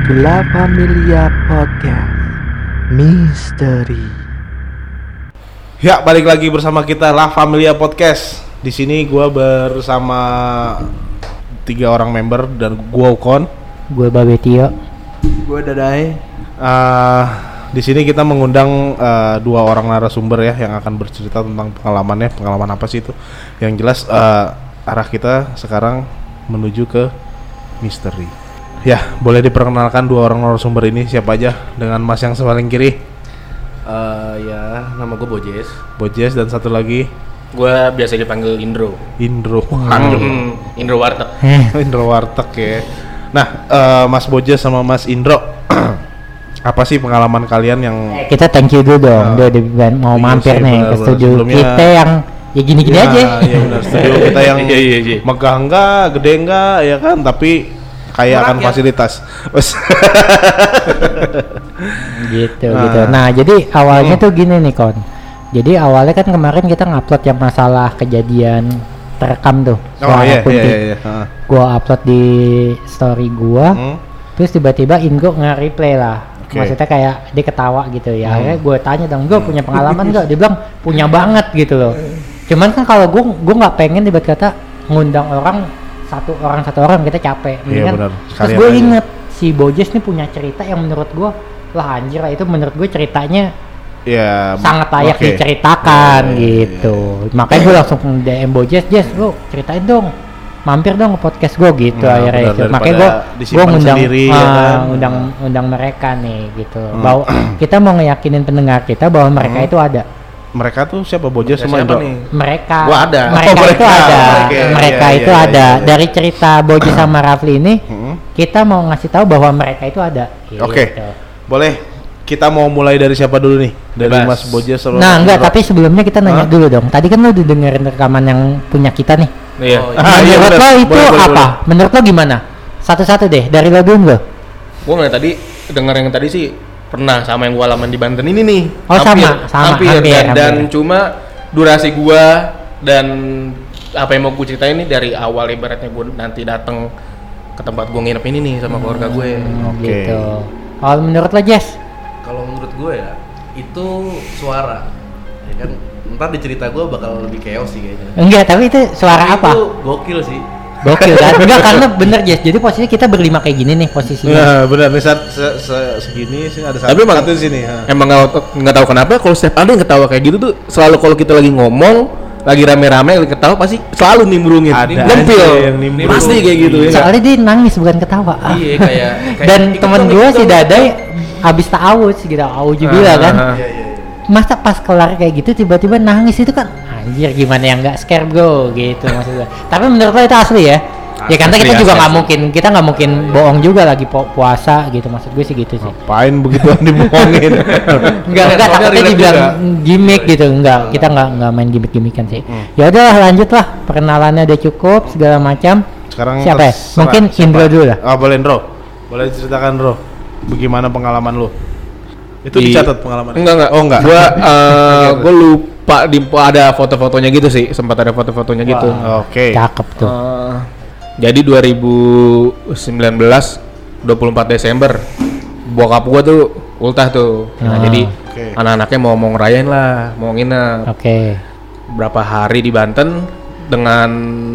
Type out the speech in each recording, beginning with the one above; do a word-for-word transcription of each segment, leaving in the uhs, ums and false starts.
to La Familia Podcast Misteri. Ya, balik lagi bersama kita La Familia Podcast. Di sini gua bersama tiga orang member dan gua Ukon, gue Babetio, gue Dadai. Uh, di sini kita mengundang uh, dua orang narasumber ya yang akan bercerita tentang pengalamannya. Pengalaman apa sih itu? Yang jelas uh, arah kita sekarang menuju ke misteri. Ya, boleh diperkenalkan dua orang narasumber ini siapa aja dengan Mas yang paling kiri. Uh, ya, nama gue Bojes. Bojes dan satu lagi gue biasa dipanggil Indro. Indro. Hmm, Indro Warteg. Indro Warteg ya. Nah, uh, Mas Bojes sama Mas Indro, apa sih pengalaman kalian yang kita thank you dulu dong, uh, udah di- mau iya mampir sih, nih bener, ke studio sebelumnya, kita yang ya gini-gini ya, aja. Iya benar, studio kita yang iya, iya, iya. megah enggak, gede enggak, ya kan, tapi kaya akan Murah, ya? fasilitas. gitu Nah. gitu. Nah, jadi awalnya Hmm. tuh gini nih Kon. Jadi awalnya kan kemarin kita ngupload yang masalah kejadian terekam tuh. Oh suara iya, kunti. iya, iya, iya. Gua upload di story gua. Hmm. Terus tiba-tiba Ingo nge-replay lah. Oke. Maksudnya kayak dia ketawa gitu ya. Hmm. Akhirnya gue tanya dong, "Gue punya pengalaman nggak?" Dia bilang punya banget gitu loh. Cuman kan kalau gue gue nggak pengen tiba kata ngundang orang satu orang satu orang, kita capek. Iya, Mendingan- benar. Terus Sekalian gue aja. inget si Bojes nih punya cerita yang menurut gue lah anjir lah, itu menurut gue ceritanya Ya, sangat layak oke. diceritakan Iya, iya, gitu. Makanya gue langsung D M Bojes, "Jes, lu ceritain dong. Mampir dong ke podcast gue gitu." Nah, akhirnya benar, itu. daripada Makanya gue disimpan gue ngundang sendiri, ah, ya kan? undang undang mereka nih gitu. Hmm. Bahwa kita mau ngeyakinin pendengar kita bahwa mereka Hmm. itu ada. Mereka tuh siapa? Bojes Ya, sama siapa Indro? nih? Mereka Gua ada. mereka Oh, itu mereka. ada. Oke, mereka iya, itu iya, ada. iya, iya. Dari cerita Bojes sama Rafli ini Hmm. kita mau ngasih tahu bahwa mereka itu ada. Oke. Gitu. Boleh. Kita mau mulai dari siapa dulu nih? Dari Bebas. Mas Bojes sama Nah, Mas enggak, Indro? tapi sebelumnya kita nanya Hah? dulu dong. Tadi kan lu udah dengerin rekaman yang punya kita nih. Iya. Oh, Ah, iya, Menurut bener. lo itu Boleh, boleh, apa? boleh. Menurut lo gimana? Satu-satu deh, dari lo dulu lo. Gue ngeliat tadi, denger yang tadi sih pernah sama yang gue alaman di Banten ini nih. Oh, Hampir, sama, sama, hampir, hampir, dan, dan hampir. cuma durasi gua dan apa yang mau gue ceritain ini dari awal ibaratnya gue nanti datang ke tempat gue nginep ini nih sama keluarga gue. Hmm, Oke. Gitu. Kalau menurut lo, Jess? Kalau menurut gue ya, itu suara. Ya kan, ntar di cerita gue bakal lebih chaos sih kayaknya. Enggak, tapi itu suara Tapi apa? Itu gokil sih. Gokil kan? Enggak, karena bener Jess. Jadi posisinya kita berlima kayak gini nih posisinya. Ya, benar nih saat se- se- segini sih ada satu. Tapi emang- satu di sini. ha. Emang nggak nggak tahu kenapa kalau setiap ada yang ketawa kayak gitu tuh selalu kalau kita lagi ngomong lagi rame-rame lagi ketawa pasti selalu nimbrungin, Ada nyempil, aja yang nimbrung. pasti kayak gitu ya. Soalnya dia nangis bukan ketawa. Iya, kayak, kayak Dan ikut temen dong, gue ikut si dong, Dadai ikut dong. abis ta'awud gitu, ta'awud juga Ah, kan. ah, ah. Iya, iya, iya. Masa pas kelar kayak gitu tiba-tiba nangis itu kan anjir, gimana yang nggak scare bro gitu maksudnya. Tapi menurut lo itu asli ya? Ya karena Asli, kita juga asli, nggak asli. mungkin, kita nggak mungkin bohong juga lagi po- puasa gitu, maksud gue sih gitu sih. Ngapain begitu dibohongin? Enggak, enggak, Soalnya takutnya relate dibilang juga. gimmick gitu, enggak, kita nggak nggak main gimmick-gimmickan sih. Ya udah lanjut lah, perkenalannya udah cukup segala macam. Sekarang Siapa ya? terserah. Mungkin Siapa? Indro dulu lah. Oh, boleh Indro. Boleh diceritakan Indro. Bagaimana pengalaman lu? Itu Di- dicatat pengalaman. Enggak enggak. Oh, enggak. Gua uh, gua lupa di ada foto-fotonya gitu sih, sempat ada foto-fotonya gitu. Oke. Cakep tuh. Uh, jadi dua ribu sembilan belas dua puluh empat Desember bokap gua tuh ultah tuh. Nah, Ah. jadi Oke. anak-anaknya mau mau ngerayain lah, mau nginep. Oke. Berapa hari di Banten dengan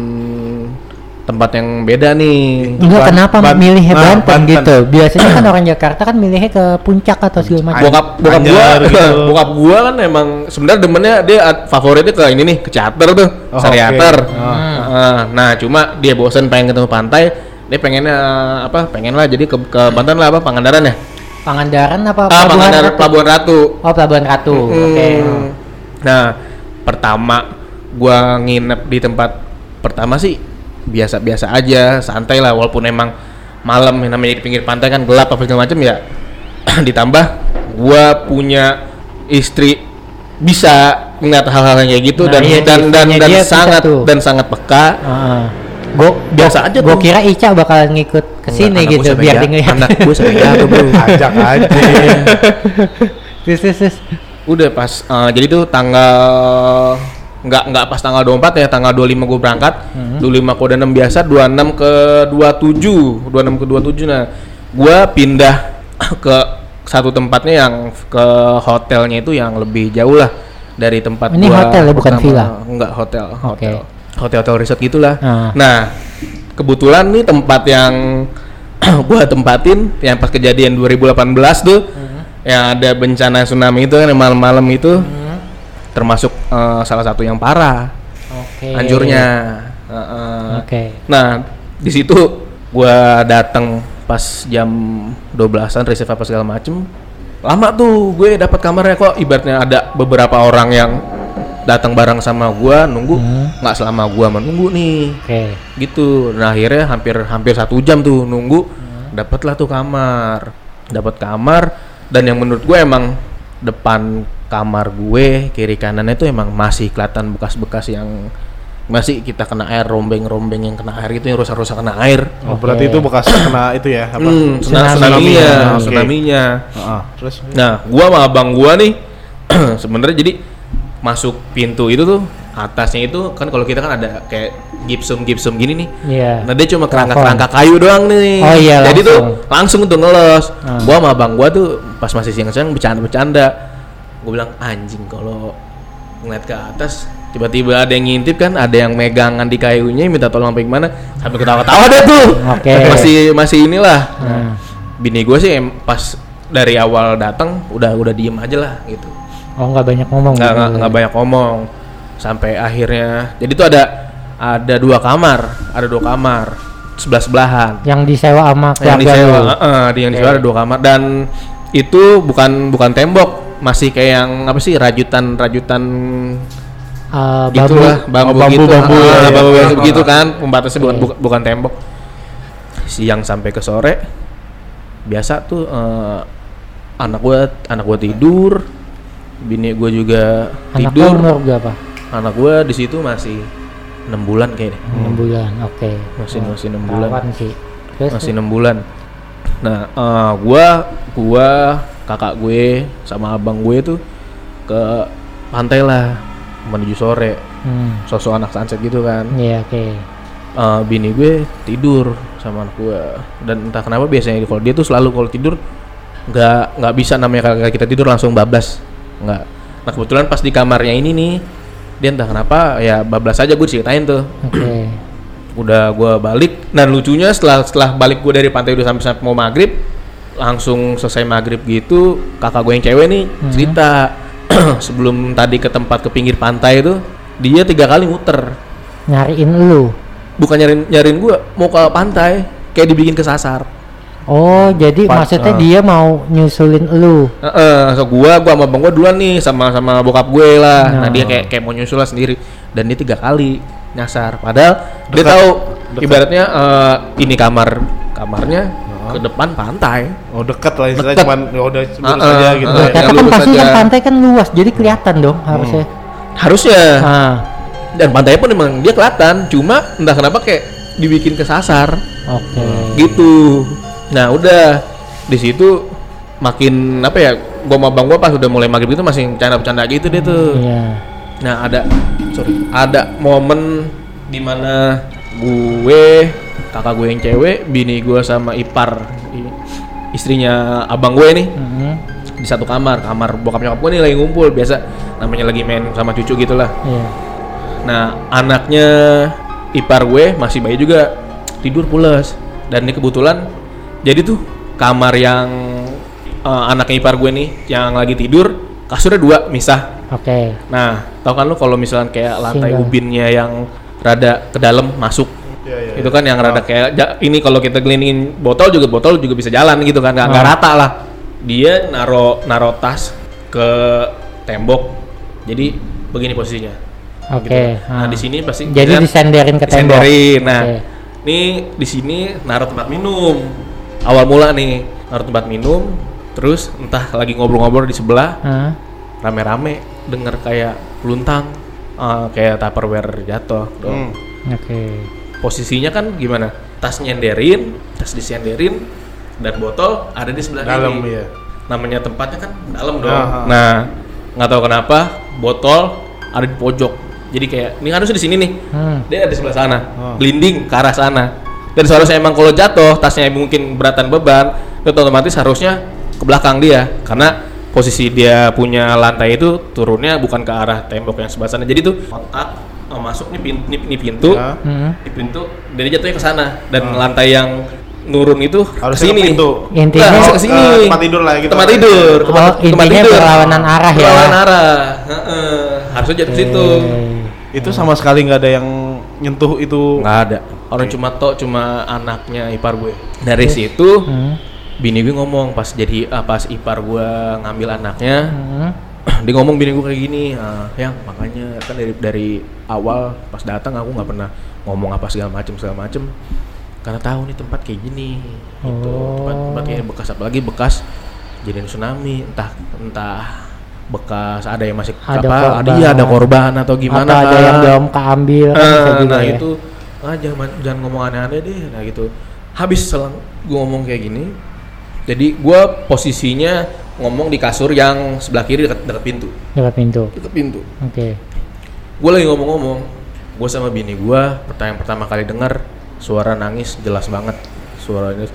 tempat yang beda nih. Enggak, Ban- kenapa Ban- milih nah, Banten Banten. gitu? Biasanya kan orang Jakarta kan milihnya ke puncak atau segala macam. Bokap bokap gua Anjar gitu. bokap gua kan emang sebenarnya demennya dia ad- favoritnya ke ini nih, ke charter tuh, Oh, Sariater. oke. Oh. Nah, nah, cuma dia bosen pengen ketemu pantai, dia pengennya apa? Pengen lah jadi ke, ke Banten lah apa? Pangandaran ya? Pangandaran apa Ah, Pangandaran Ratu? Pelabuhan Ratu. Oh, Pelabuhan Ratu. Oke. Hmm. Nah, pertama gua nginep di tempat pertama sih biasa-biasa aja, santai lah walaupun emang malam namanya di pinggir pantai kan gelap apa segala macam ya. Ditambah gua punya istri bisa ngeliat hal-hal yang kayak gitu Nah, dan iya, dan dan, istrinya dan dia bisa sangat tuh. dan sangat peka. Heeh. Gua Biasa aja Gua tuh. kira Ica bakalan ngikut ke sini Anak gua gitu sampai biar ya- dia ngeliat. anak gua sampai jatuh, bro. Ajak aja. Terus terus terus. Udah pas eh, jadi tuh tanggal nggak nggak pas tanggal dua puluh empat ya, tanggal dua puluh lima gue berangkat. Hmm. dua puluh lima kode enam biasa, dua puluh enam ke dua puluh tujuh, dua puluh enam ke dua puluh tujuh. Nah, gua pindah ke satu tempatnya yang ke hotelnya itu yang lebih jauh lah dari tempat Ini gua hotel ya, bukan pertama. villa? Enggak, hotel, Oke. hotel. Hotel-hotel resort gitulah. Ah. Nah, kebetulan nih tempat yang gua tempatin yang pas kejadian dua ribu delapan belas tuh hmm. yang ada bencana tsunami itu kan malam-malam itu hmm. termasuk uh, salah satu yang parah. Oke. Hancurnya. Uh, uh. Oke. Okay. Nah, di situ gua datang pas jam dua belasan reserve apa segala macem. Lama tuh gue dapat kamarnya, kok ibaratnya ada beberapa orang yang datang bareng sama gua nunggu nggak hmm. selama gua menunggu nih. Oke. Okay. Gitu. Nah, akhirnya hampir hampir satu jam tuh nunggu, hmm. dapatlah tuh kamar. Dapat kamar dan yang menurut gue emang depan kamar gue kiri kanannya itu emang masih kelihatan bekas-bekas yang masih kita kena air, rombeng-rombeng yang kena air itu yang rusak-rusak kena air. Oh, okay. Berarti itu bekas kena itu ya apa? Hmm, tsunami tsunami-nya, okay. tsunami-nya. Uh-huh. Terus nah, gua sama abang gua nih sebenarnya jadi masuk pintu itu tuh atasnya itu kan kalau kita kan ada kayak gipsum-gipsum gini nih. Iya. Yeah. Nah, dia cuma kerangka-kerangka kayu doang nih. Oh iya, jadi langsung. tuh langsung tuh ngelos. Hmm. Gua sama abang gua tuh pas masih siang-siang bercanda-bercanda. Gua bilang anjing kalau ngeliat ke atas tiba-tiba ada yang ngintip kan, ada yang megangan di kayunya minta tolong sampai gimana sampai ketawa-tawa deh tuh. Oke. Okay. Masih masih inilah. Hmm. Bini gue sih em, pas dari awal datang udah udah diem aja lah gitu. Oh, nggak banyak ngomong. Nggak nggak nggak banyak ngomong sampai akhirnya. Jadi tuh ada ada dua kamar, ada dua kamar sebelah sebelahan. Yang disewa sama keluarga. Yang disewa, uh, uh, di yang disewa okay. Ada dua kamar dan itu bukan bukan tembok, masih kayak yang apa sih rajutan rajutan. Uh, gitu lah, bambu, oh, gitu, bambu, ah, ya, bambu ya, begitu ya. kan, pembatasnya bukan okay. bukan, bukan tembok. Siang sampai ke sore, biasa tuh uh, anak gua anak gua tidur, bini gua juga anak tidur. Anak umur berapa? Anak gua di situ masih enam bulan kayaknya. enam bulan, oke. Okay. Masih oh, masih enam bulan. Sih. Terus, masih enam bulan. Nah, uh, gua gua kakak gue sama abang gue tuh ke pantai lah menuju sore, hmm. sosok anak sunset gitu kan. Iya, yeah, oke. Okay. Uh, bini gue tidur sama anak gue dan entah kenapa biasanya kalau dia tuh selalu kalau tidur nggak nggak bisa namanya kalau kita tidur langsung bablas, nggak. Nah kebetulan pas di kamarnya ini nih dia entah kenapa ya bablas aja, gue ceritain tuh. Oke. Okay. Udah gue balik dan lucunya setelah setelah balik gue dari pantai udah sampai sampai mau maghrib, langsung selesai maghrib gitu kakak gue yang cewek nih hmm. cerita. Sebelum tadi ke tempat ke pinggir pantai itu dia tiga kali muter nyariin lu, bukan nyariin nyariin gua, mau ke pantai kayak dibikin kesasar. Oh jadi Pat, maksudnya uh. dia mau nyusulin lu. Heeh, uh, so gua gua sama bang gua duluan nih sama sama bokap gue lah. No. Nah dia kayak kayak mau nyusul lah sendiri dan dia tiga kali nyasar padahal dekat, dia tahu dekat. Ibaratnya uh, ini kamar kamarnya ke depan pantai. Oh dekat lah istilahnya, cuman ya udah lurus uh, aja uh, gitu. Uh, ya, tapi kan pasti kan pantai kan luas, jadi kelihatan dong harusnya. Hmm. Harusnya. Uh. Dan pantainya pun memang dia kelihatan, cuma entah kenapa kayak dibikin kesasar. Oke. Okay. Gitu. Nah udah di situ makin apa ya? Gua sama bang gua pas udah mulai maghrib itu masih bercanda-bercanda gitu dia tuh. Iya. Yeah. Nah ada, sorry, ada momen dimana gue kakak gue yang cewek, bini gue sama ipar istrinya abang gue nih mm-hmm. di satu kamar, kamar bokap nyokap gue nih lagi ngumpul biasa, namanya lagi main sama cucu gitulah. Yeah. Nah anaknya ipar gue masih bayi juga tidur pulas dan ini kebetulan jadi tuh kamar yang uh, anaknya ipar gue nih yang lagi tidur kasurnya dua misah. Oke. Okay. Nah tau kan lu kalau misalnya kayak lantai Single. ubinnya yang rada ke dalam masuk. Ya, ya, itu kan ya. Yang rada kayak ja, ini kalau kita gelindingin botol juga botol juga bisa jalan gitu kan, nggak nggak hmm. rata lah. Dia naro naro tas ke tembok, jadi begini posisinya. Oke. Okay. Gitu. Nah hmm. di sini pasti jadi disenderin ke tembok. Disenderin. Nah okay. Ini di sini naruh tempat minum. Awal mula nih naruh tempat minum, terus entah lagi ngobrol-ngobrol di sebelah, hmm. rame-rame denger kayak luntang, uh, kayak tupperware jatuh. Hmm. Oke. Okay. Posisinya kan gimana? Tas nyenderin, tas disenderin, dan botol ada di sebelah dalam, kiri. Iya. Namanya tempatnya kan dalam dong. Aha. Nah, nggak tahu kenapa botol ada di pojok. Jadi kayak ini harusnya di sini nih, hmm. dia ada di sebelah sana, oh. Glinding ke arah sana. Dan seharusnya emang kalau jatuh tasnya mungkin beratan beban, itu otomatis harusnya ke belakang dia karena posisi dia punya lantai itu turunnya bukan ke arah tembok yang sebelah sana. Jadi tuh otak oh, masuk nih pintu, nih, nih pintu, Ya. Hmm. di pintu, dari jatuhnya ke sana dan Hmm. lantai yang nurun itu Harusnya kesini. ke pintu. Intinya Nah, Oh, ke sini. ke tempat tidur lah gitu. Tempat tidur. Oh, Tempat, tempat intinya tidur. berlawanan arah ya. Berlawanan arah. Heeh. Harusnya jatuh situ. Itu sama sekali nggak ada yang nyentuh itu. Nggak ada. Orang cuma tok cuma anaknya ipar gue. Dari situ Hmm. bini gue ngomong pas jadi ah, pas ipar gue ngambil anaknya, Hmm. dia ngomong bini gue kayak gini, ah, yang makanya kan dari dari awal pas datang aku nggak pernah ngomong apa segala macem segala macem karena tahu nih tempat kayak gini, gitu. Oh. Tempat tempat kayak bekas apalagi bekas jadiin tsunami, entah entah bekas ada yang masih Ada apa, korban. ada iya ada korban atau gimana Atau ada kan. yang belum keambil kan bisa Eh, juga nah ya. itu ah, jangan jangan ngomong aneh-aneh deh, nah gitu. Habis selang gue ngomong kayak gini, jadi gue posisinya ngomong di kasur yang sebelah kiri dekat dekat pintu, Dekat pintu. dekat pintu. Oke. Gue lagi ngomong-ngomong, gue sama bini gue pertama pertama kali dengar suara nangis jelas banget, suara nangis.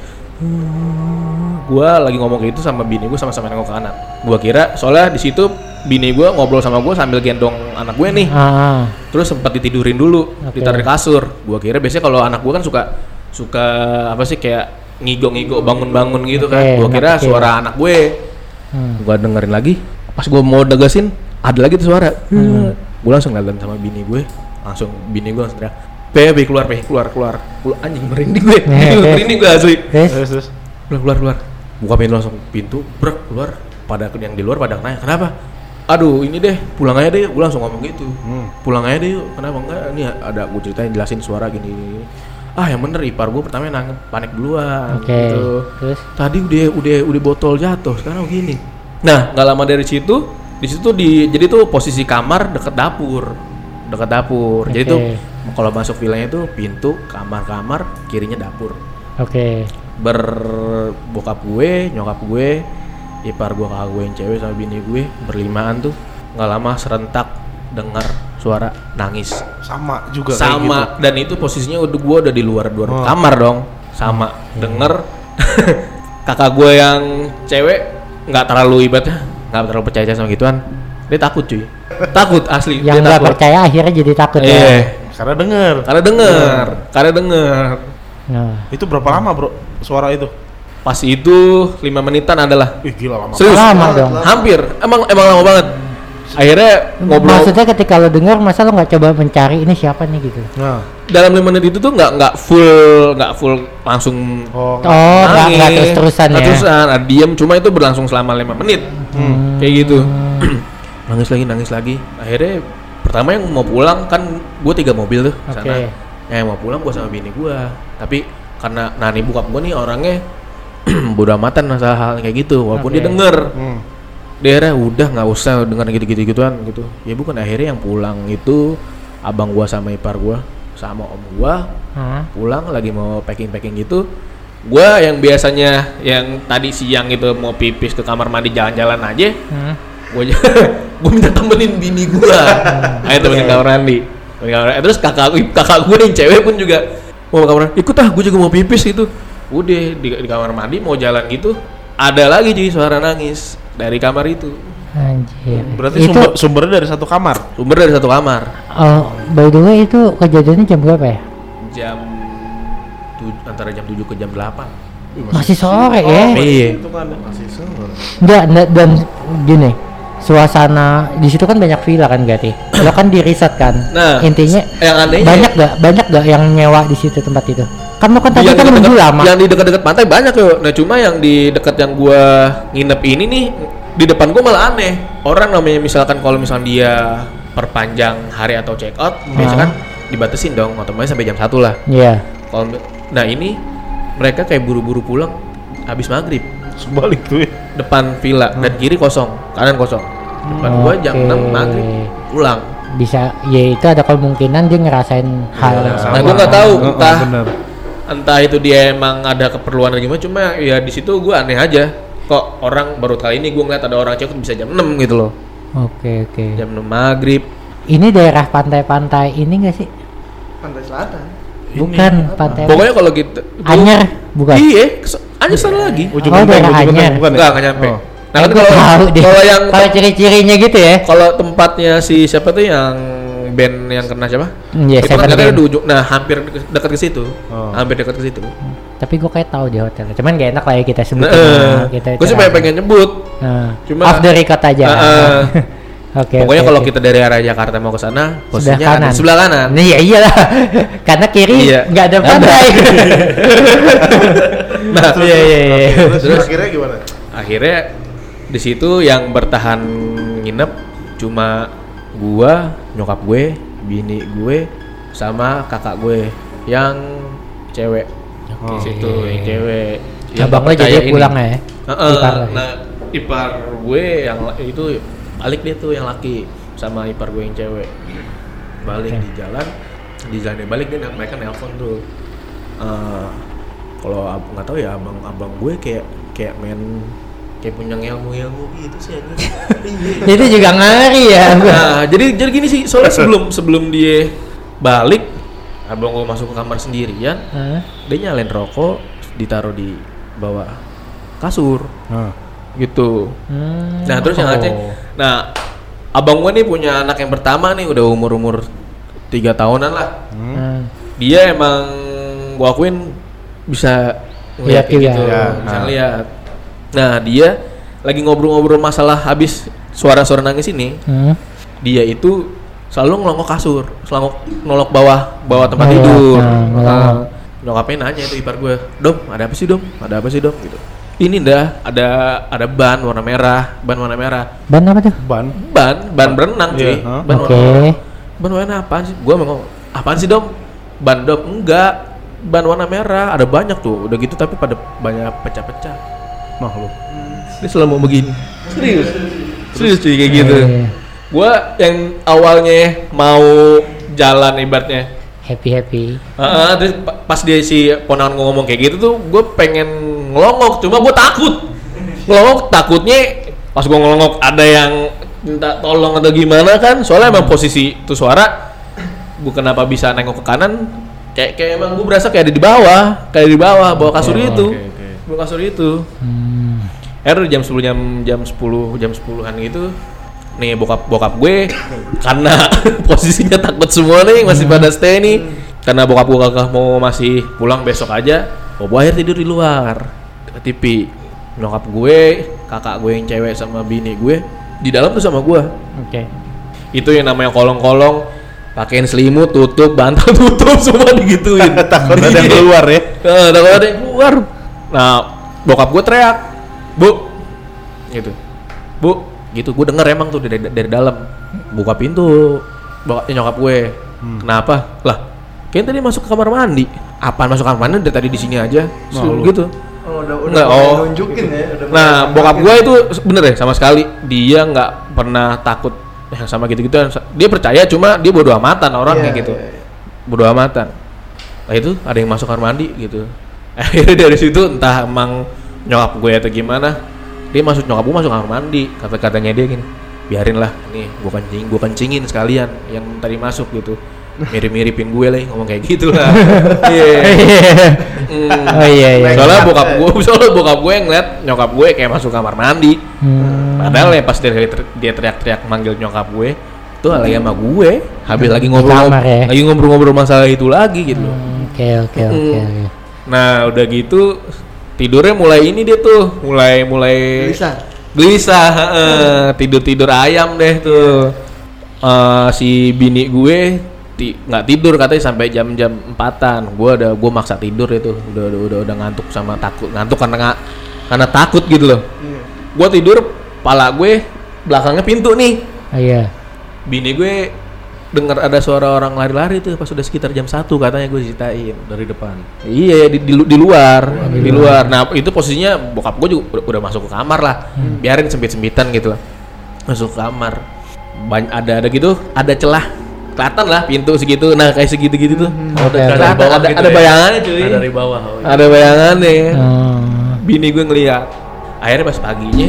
Gue lagi ngomong kayak gitu sama bini gue sama-sama nengok ke kanan. Gue kira soalnya di situ bini gue ngobrol sama gue sambil gendong anak gue nih. Ah. Terus sempat ditidurin dulu, Oke. ditaruh di kasur. Gua kira biasanya kalau anak gua kan suka suka apa sih kayak ngigo-ngigo bangun-bangun gitu kan. Oke, Gua kira oke. suara anak gue. Hmm. Gua dengerin lagi. Pas gua mau degasin, ada lagi tuh suara. Hmm. Gua langsung ngeliatin sama bini gue. Langsung bini gua langsung teriak, "Pe, pe keluar, pe, keluar, keluar." Gua anjing merinding gue. Merinding gue asli. Terus Terus terus. Keluar, keluar, keluar. Buka pintu langsung pintu, brek, keluar. Pada yang di luar pada nanya, "Kenapa?" Aduh ini deh pulang aja deh, gue langsung ngomong gitu. Hmm. Pulang aja deh yuk, kenapa enggak, ini ada gue ceritain jelasin suara gini, gini. Ah yang bener ipar gue pertama nang panik duluan Oke. gitu. Terus Tadi udah udah udah botol jatuh, sekarang gini. Nah nggak lama dari situ, di situ di jadi tuh posisi kamar deket dapur, deket dapur. Jadi Oke. tuh kalau masuk villanya tuh pintu kamar-kamar, kirinya dapur. oke. Berbokap gue, nyokap gue, ipar gue, kakak gue yang cewek sama bini gue berlimaan tuh nggak lama serentak dengar suara nangis Sama juga kayak sama gitu. dan itu posisinya udah gue udah di luar luar Oh. kamar dong sama denger kakak gue yang cewek nggak terlalu ibadah nggak terlalu percaya sama gituan, dia takut cuy, takut asli. Yang dia nggak takut. percaya akhirnya jadi takut Iya, ya. Karena denger. karena denger karena denger Nah. Itu berapa lama, Bro? Suara itu? pas itu lima menitan adalah Ih, gila lama. serius Lama dong. hampir emang emang lama banget. Akhirnya ngobrol Maksudnya ketika lo dengar masa lo nggak coba mencari ini siapa nih gitu. Nah. dalam lima menit itu tuh nggak nggak full nggak full langsung Oh. Oh, nggak nggak nangis. terus-terusan Nggak ya. terusan, ah, diem cuma itu berlangsung selama lima menit Hmm. kayak gitu. Nangis lagi nangis lagi akhirnya pertama yang mau pulang kan gue tiga mobil tuh ke sana. Oke. Yang mau pulang gue sama bini gue, tapi karena nani bokap gue nih orangnya bodo amatan masalah hal kayak gitu walaupun Oke. dia denger. Hmm. Daerah udah nggak usah dengar gitu-gitu gituan gitu. Ya bukan, akhirnya yang pulang itu abang gua sama ipar gua sama om gua Hah? pulang lagi mau packing-packing gitu. Gua yang biasanya yang tadi siang itu mau pipis ke kamar mandi jalan-jalan aja, Hmm. gua gua minta temenin bini gua. Ayo temenin kamar mandi. Temenin kamar mandi. Terus kakak kakak gua yang cewek pun juga mau ke kamar mandi. Ikut ah, gua juga mau pipis gitu. Udah di, di kamar mandi mau jalan gitu, ada lagi jadi suara nangis dari kamar itu. Anjir. Berarti itu, sumber, sumbernya dari satu kamar. Sumber dari satu kamar. oh, by the way itu kejadiannya jam berapa ya? Jam tu- antara jam tujuh ke jam delapan. Masih sore ya? Iya. Itu kan masih sore. Enggak, enggak, dan gini, suasana di situ kan banyak villa kan berarti. Lo kan di resort kan. Nah, Intinya yang anehnya banyak gak banyak gak yang nyewa di situ tempat itu? Kan lo kan tadi yang kan di nunggu dekat- lama. yang di dekat-dekat pantai banyak yo. Nah cuma yang di dekat yang gua nginep ini nih di depan gua malah aneh. Orang namanya misalkan kalau misalnya dia perpanjang hari atau check out, biasanya kan dibatasin dong, otomatis sampai jam satu lah. Iya. Kalau nah ini mereka kayak buru-buru pulang habis maghrib. Sebalik tuh ya. Depan villa dan kiri kosong, kanan kosong. Depan gua jam Oke. enam maghrib pulang. Bisa, ya itu ada kemungkinan dia ngerasain hal yang Nah, gua nggak tahu Heeh, entah bener. entah itu dia emang ada keperluan atau gimana, cuma ya di situ gue aneh aja, kok orang baru kali ini gue ngeliat ada orang cekut bisa jam enam gitu loh, Oke oke. jam enam maghrib. Ini daerah pantai-pantai ini nggak sih? Pantai Selatan. Bukan pantai. Pokoknya kalau gitu. Anyer, bukan. Iya, kes- Anyer sana lagi. Ujung Oh, genteng, daerah ujung genteng, Anyer. bukan ya? Enggak, enggak nyampe. Oh. Nah, kan Gua kalau tahu deh. kalau yang kalau ciri-cirinya gitu ya. kalau tempatnya si siapa tuh yang band yang kena siapa? Hmm, ya, itu kan Seven katanya Band. di ujung. Nah, hampir de- dekat ke situ. Oh. Hampir dekat ke situ. Tapi gue kayak tahu di hotel. Cuman gak enak lah ya kita sebut. Nah, kita gue sih pengen, pengen nyebut. Nah, Cuma- off the record aja. Nah, eh. Oke. Pokoknya oke, kalau oke. kita dari arah Jakarta mau ke sana, sebelah posisinya kanan. ada di sebelah kanan. Nah, iya iyalah. Karena kiri Iya. nggak ada pantai. Nah, Iya iya iya. Terus, Terus- akhirnya gimana? akhirnya di situ yang bertahan nginep cuma gua, nyokap gue, bini gue, sama kakak gue yang cewek. Di situ yang cewek. Yang Abang lo percaya jadi ini. pulang ya? Heeh, Ipar lo ya? nah, ipar gue yang la- itu balik dia tuh yang laki sama ipar gue yang cewek. Balik Oke. di jalan, di jalan dia balik dia mereka nelpon tuh. Eh, kalau ab- nggak tahu ya abang-abang gue kayak kayak main kayak punya ilmu-ilmu gitu sih anjing. Itu juga ngeri ya. Nah, jadi jadi gini sih, soalnya sebelum sebelum dia balik, abang gue masuk ke kamar sendirian, Hah? dia nyalain rokok, ditaruh di bawah kasur, Nah. gitu. Hmm. Nah terus yang Oh. Aceh, nah abang gue nih punya anak yang pertama nih udah umur umur tiga tahunan lah. Hmm. Dia emang gue akuin bisa ngeliat Lihat kayak juga. gitu, Ya, bisa nah. ngeliat. Nah dia lagi ngobrol-ngobrol masalah habis suara-suara nangis ini, Hmm. dia itu selalu ngelongok kasur, selalu nolok bawah bawah tempat Oh, iya. tidur. Nah, ngelongok. Nah, nyokapnya nanya itu ipar gue, Dom, ada apa sih Dom? Ada apa sih Dom? Gitu. Ini dah ada ada ban warna merah, ban warna merah. Ban apa tuh? Ban. Ban, ban berenang cuy. Iya, huh? Ban Oke. warna. Ban warna apaan sih? Gua mau ngomong, apaan sih Dom? Ban Dom? Enggak. Ban warna merah, ada banyak tuh. Udah gitu tapi pada banyak pecah-pecah. Nah lu. Dia selalu mau begini. Serius. Serius cuy kayak gitu. Iya. Gua yang awalnya mau jalan ibaratnya. Happy happy. Heeh, terus pa- pas dia si ponakan gua ngomong kayak gitu tuh, gue pengen ngelongok, cuma gue takut. Ngelongok takutnya pas gua ngelongok ada yang minta tolong atau gimana kan? Soalnya emang posisi tuh suara, gue kenapa bisa nengok ke kanan? Kayak kayak emang gue berasa kayak ada di bawah, kayak di bawah, bawah kasur itu, oke, oke. bawah kasur itu. Hmm. Er jam sepuluh jam jam sepuluh jam sepuluhan gitu. Nih bokap bokap gue karena posisinya takut semua nih masih pada stay nih. Karena bokap gue kagak mau masih pulang besok aja. Bobo akhir tidur di luar T V. Nyokap gue, kakak gue yang cewek sama bini gue di dalam tuh sama gue. Oke. Itu yang namanya kolong-kolong, pakein selimut, tutup, bantal tutup semua digituin. Takut ada yang keluar ya. Nah, takut ada yang keluar. Nah, bokap gue teriak, Bu, gitu, Bu, gitu. Gue denger emang tuh dari dari dalam, buka pintu, bokap nyokap gue. Kenapa? Lah, kayaknya tadi masuk ke kamar mandi. Apaan masuk kamar mandi? Dari tadi di sini aja, Nah, Suruh lu. gitu. Oh, udah udah Nggak, mulai oh. nunjukin ya. Udah Nah, mulai bokap nampakin. gue itu bener ya sama sekali dia nggak pernah takut yang sama gitu-gitu. Dia percaya, cuma dia bodo amatan orang Iya, kayak gitu. iya, iya. Bodo amatan. Nah itu ada yang masuk kamar mandi gitu. Akhirnya dari situ entah emang nyokap gue atau gimana, dia masuk nyokap gue masuk kamar mandi. Kata-katanya dia gini, biarin lah, nih gue kencing, gue kencingin sekalian yang tadi masuk gitu. Mirip-miripin gue lah ngomong kayak gitu lah. Iya. Mm. Oh iya iya. Soalnya Nekat, bokap ya. gue, soalnya bokap gue ngeliat nyokap gue kayak masuk kamar mandi. Hmm. Padahal ya pas dia, dia teriak-teriak manggil nyokap gue, itu lagi sama gue, habis lagi ngobrol, kamar ya? lagi ngobrol-ngobrol masalah itu lagi gitu. loh. Hmm, Oke oke oke. Mm. oke. Nah udah gitu tidurnya mulai ini dia tuh, mulai mulai Gelisah. gelisah, heeh. tidur-tidur ayam deh tuh. Eh, si bini gue ti- nggak tidur katanya sampai jam-jam empatan. Gue udah gue maksa tidur itu, udah udah udah, udah ngantuk sama takut ngantuk karena nggak karena takut gitu loh. Iya. Gue tidur, pala gue belakangnya pintu nih. Oh, iya. Bini gue dengar ada suara orang lari-lari tuh pas udah sekitar jam satu katanya gue ceritain Dari depan. iya di, di, lu- di luar di luar nah itu posisinya bokap gue juga udah, udah masuk ke kamar lah biarin sempit-sempitan gitu lah masuk ke kamar banyak ada ada gitu ada celah kelihatan lah pintu segitu nah kayak segitu gitu tuh Oh, dari kelihatan bawah ada gitu ada ya? bayangannya cuy Ada dari bawah. Oh, iya. ada bayangannya Oh. bini gue ngeliat akhirnya pas paginya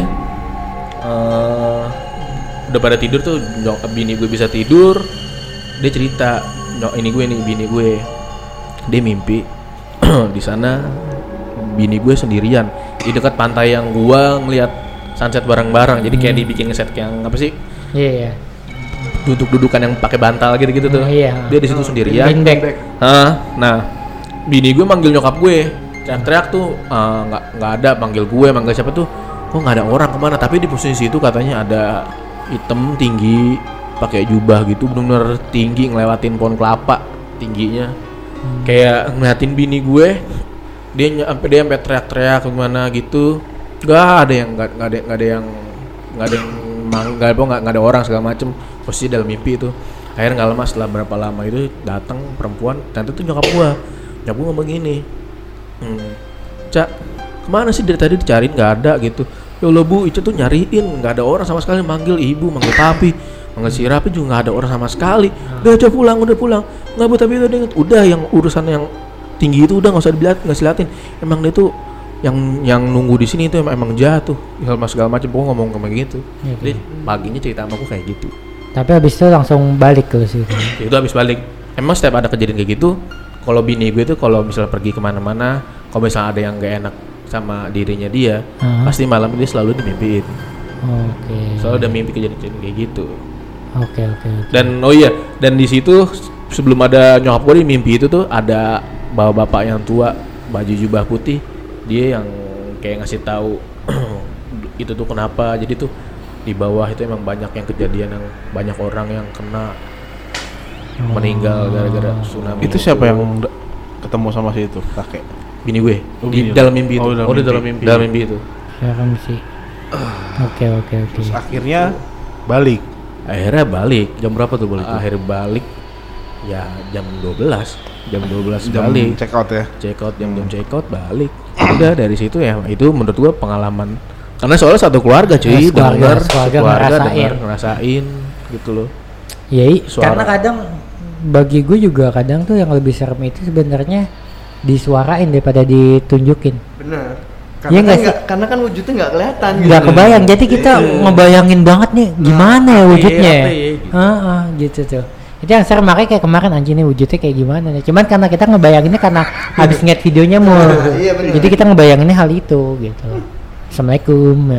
eh udah pada tidur tuh nyok bini gue bisa tidur dia cerita nyok ini gue nih bini gue dia mimpi di sana bini gue sendirian di dekat pantai yang gua ngeliat sunset bareng-bareng. Jadi kayak dibikin set yang apa sih? Iya. Yeah. Duduk-dudukan yang pakai bantal gitu-gitu tuh. Oh, iya. Dia di situ sendirian. Beanbag. Hah, nah bini gue manggil nyokap gue, teriak-teriak tuh nggak uh, nggak ada, manggil gue, manggil siapa tuh, kok nggak ada orang kemana? Tapi di posisi itu katanya ada hitam tinggi, pakai jubah gitu, benar-benar tinggi ngelewatin pohon kelapa tingginya, hmm. kayak ngeliatin bini gue, dia sampai dia sampai teriak-teriak gimana gitu, nggak ada yang nggak nggak ada nggak ada yang nggak ada yang nggak ada nggak ada orang segala macem, posisi dalam mimpi itu. Akhirnya nggak lama setelah berapa lama itu datang perempuan, dan itu nyokap gue. Nyokap gue ngomong gini, hmm, Cak, kemana sih dari tadi dicariin nggak ada gitu. Ya Allah bu, Ica tuh nyariin, nggak ada orang sama sekali, manggil ibu, manggil papi, manggil si Rapi juga nggak ada orang sama sekali. Udah aja pulang, udah pulang. Nggak bu, tapi udah inget, udah yang urusan yang tinggi itu udah nggak usah dilihat, nggak silatin. Emang dia tuh yang yang nunggu di sini itu emang, emang jatuh, segala segala macam. Pokoknya ngomong kayak gitu. Ya, jadi paginya cerita sama aku kayak gitu. Tapi abis itu langsung balik ke situ. Itu abis balik. Emang setiap ada kejadian kayak gitu, kalau bini gue tuh kalau misalnya pergi kemana-mana, kalau misalnya ada yang gak enak sama dirinya dia, uh-huh. pasti malam ini selalu dimimpiin. Oke. Okay. Selalu ada mimpi kejadian kayak gitu. Oke okay, oke. Okay, okay. Dan oh iya, dan di situ sebelum ada nyokap gue di mimpi itu tuh ada bapak-bapak yang tua, baju jubah putih, dia yang kayak ngasih tahu itu tuh kenapa. Jadi tuh di bawah itu emang banyak yang kejadian yang banyak orang yang kena oh. meninggal gara-gara tsunami. Itu siapa itu. Yang d- ketemu sama si itu kakek? Bini gue. Oh, di bini dalam mimpi itu. Oh, dalam oh mimpi. di dalam mimpi. Dalam mimpi itu. Serem sih. Oke oke oke. Terus akhirnya balik. Akhirnya balik. Jam berapa tuh balik? Akhirnya balik. Ya jam dua belas. Jam dua belas jam balik. Check out ya. Check out jam jam check out balik. Udah dari situ ya itu menurut gue pengalaman. Karena soalnya satu keluarga cuy, keluarga, denger, keluarga ngerasain. denger, ngerasain gitu loh. Iya, karena kadang bagi gue juga kadang tuh yang lebih serem itu sebenarnya disuarain daripada ditunjukin. Benar. Karena ya kan gak, karena kan wujudnya nggak kelihatan. Nggak gitu. Kebayang, jadi kita ngebayangin banget nih gimana ya wujudnya. Iya, iya, gitu. Ah, ah, gitu tuh. Itu yang serem, makanya kayak kemarin anjing nih wujudnya kayak gimana nih. Cuman karena kita ngebayanginnya karena habis ngeliat videonya mau. Iya, jadi kita ngebayanginnya hal itu gitu. Assalamualaikum.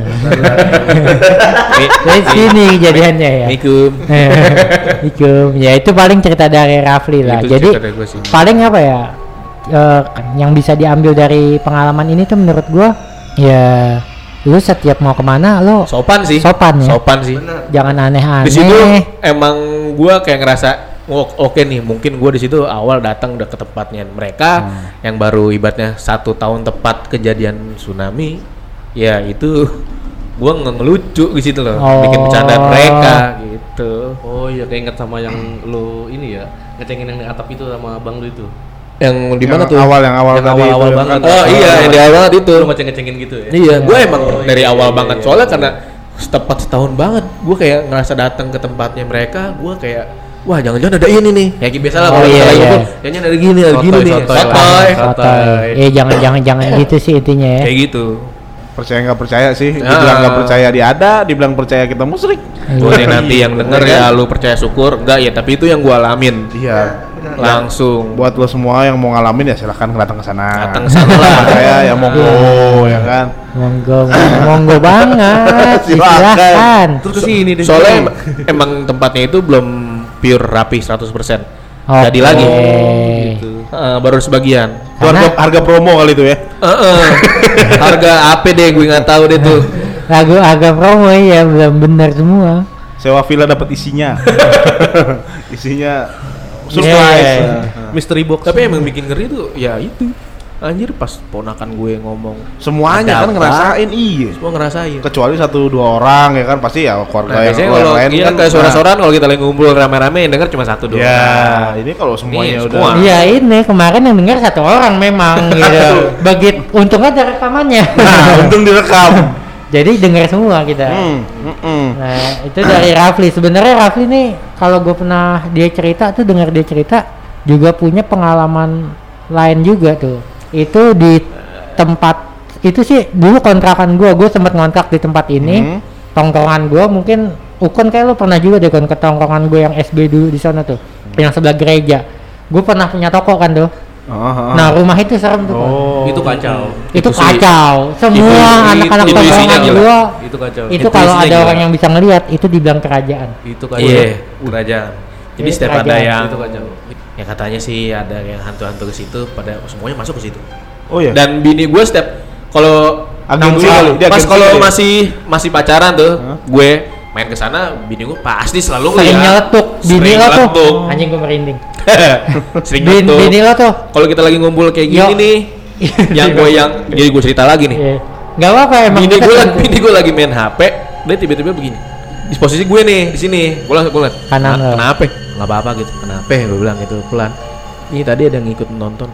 Dari sini kejadiannya ya. Assalamualaikum. Assalamualaikum. Ya itu paling cerita dari Rafli lah. Itu jadi paling apa ya? Uh, yang bisa diambil dari pengalaman ini tuh menurut gua ya lu setiap mau kemana lo sopan sih. Sopan ya. Sopan sih. Jangan aneh-aneh. Di situ emang gua kayak ngerasa oh, oke okay nih, mungkin gua di situ awal datang udah ke tempatnya mereka hmm. yang baru ibaratnya satu tahun tepat kejadian tsunami. Ya itu gua ngelucu di situ loh, oh. bikin bercanda mereka gitu. Oh iya, keinget sama yang lo ini ya, ngecengin yang di atap itu sama abang lo itu. Yang di mana tuh? Awal yang awal yang tadi awal-awal itu, banget. Kan? Oh iya, yang di awal itu. Lo ngeceng-ngecengin gitu ya? Iya, gue emang oh, dari iya, awal iya, banget. Iya, Soalnya iya. karena tepat setahun banget, gue kayak ngerasa datang ke tempatnya mereka, gue kayak wah jangan-jangan ada ini nih. Ya biasa lah kalau oh, iya, kita iya. itu, kayaknya ada gini, ada gini nih. Sotoy, Sotoy, sotoy. Eh jangan jangan jangan gitu sih intinya ya. Kayak gitu. Percaya nggak percaya sih, Ah. dibilang nggak percaya dia ada, dibilang percaya kita musyrik. Gue nih nanti yang denger ya lu percaya syukur, enggak ya tapi itu yang gue alamin. Iya. Langsung. Buat lo semua yang mau ngalamin ya silahkan datang ke sana. Datang ke sana lah. Percaya ya monggo ya kan. Monggo, monggo banget. Silakan. Silahkan. Terus kesini deh. Soalnya em- emang tempatnya itu belum pure rapi seratus persen. Okay. Jadi lagi. Gitu. Uh, baru sebagian. Itu harga, harga promo kali itu ya. Uh-uh. Harga apa deh gue nggak tahu deh tuh. Lagu agak promo ya belum benar semua. Sewa villa dapat isinya. Isinya surprise. Yeah. Uh. Mystery box. Tapi emang bikin ngeri tuh ya itu. Anjir pas ponakan gue ngomong Semuanya ada kan apa? ngerasain, iya. Semua ngerasain. Kecuali satu dua orang ya kan pasti ya keluarga Nah, yang biasanya yang kalau lain iya kan kayak suara-suara kalau kita lagi ngumpul rame-rame yang denger cuma satu doang. ya, ini kalau semuanya Ini udah semua. Iya ini kemarin yang dengar satu orang memang gitu. Bagi untung aja rekamannya. Nah, untung direkam. Jadi dengar semua kita. Hmm, mm, mm. Nah itu dari Rafli. Sebenarnya Rafli nih kalau gue pernah dia cerita tuh dengar dia cerita juga punya pengalaman lain juga tuh. Itu di tempat itu sih dulu kontrakan gue. Gue sempat ngontrak di tempat ini. Hmm. Tongkrongan gue mungkin Ukon kayak lo pernah juga deh kon ke tongkrongan gue yang S B dulu di sana tuh, hmm. yang sebelah gereja. Gue pernah punya toko kan tuh. Oh, oh. Nah rumah itu serem tuh. Pak. Oh. Itu kacau. Itu sih- kacau. Semua itu- anak-anak itu isinya tongkrongan gila. gua Itu kacau. itu, Itu kalau isinya ada gila. orang yang bisa ngelihat itu dibilang kerajaan. Itu kacau. Iya, kerajaan. Jadi Iya, setiap ada kerajaan. yang Itu kacau. ya katanya sih ada yang hantu-hantu ke situ, pada semuanya masuk ke situ. Oh ya. Dan bini gue setiap kalau Agensi nongkrong, kali, dia pas agensi kalau kali ya? masih masih pacaran tuh, Hah? gue main ke sana, bini gue pasti selalu Sering ngeliat. nyeletuk. Bini Sering lo tuh. nyeletuk. Anjing gua merinding. Sering Bin, nyeletuk. bini lo tuh. Kalau kita lagi ngumpul kayak gini Yo. nih, yang gue yang jadi gue cerita lagi nih. Iya. Gak apa-apa emang. Bini kita gue kan- lagi, bini gue lagi main H P, dia tiba-tiba begini. Di posisi gue nih di sini, gue langsung gue liat. Kanan "Nah, lo." kenapa? Nggak apa-apa gitu. Kenapa? Gue bilang gitu pelan. Ini tadi ada yang ngikut nonton.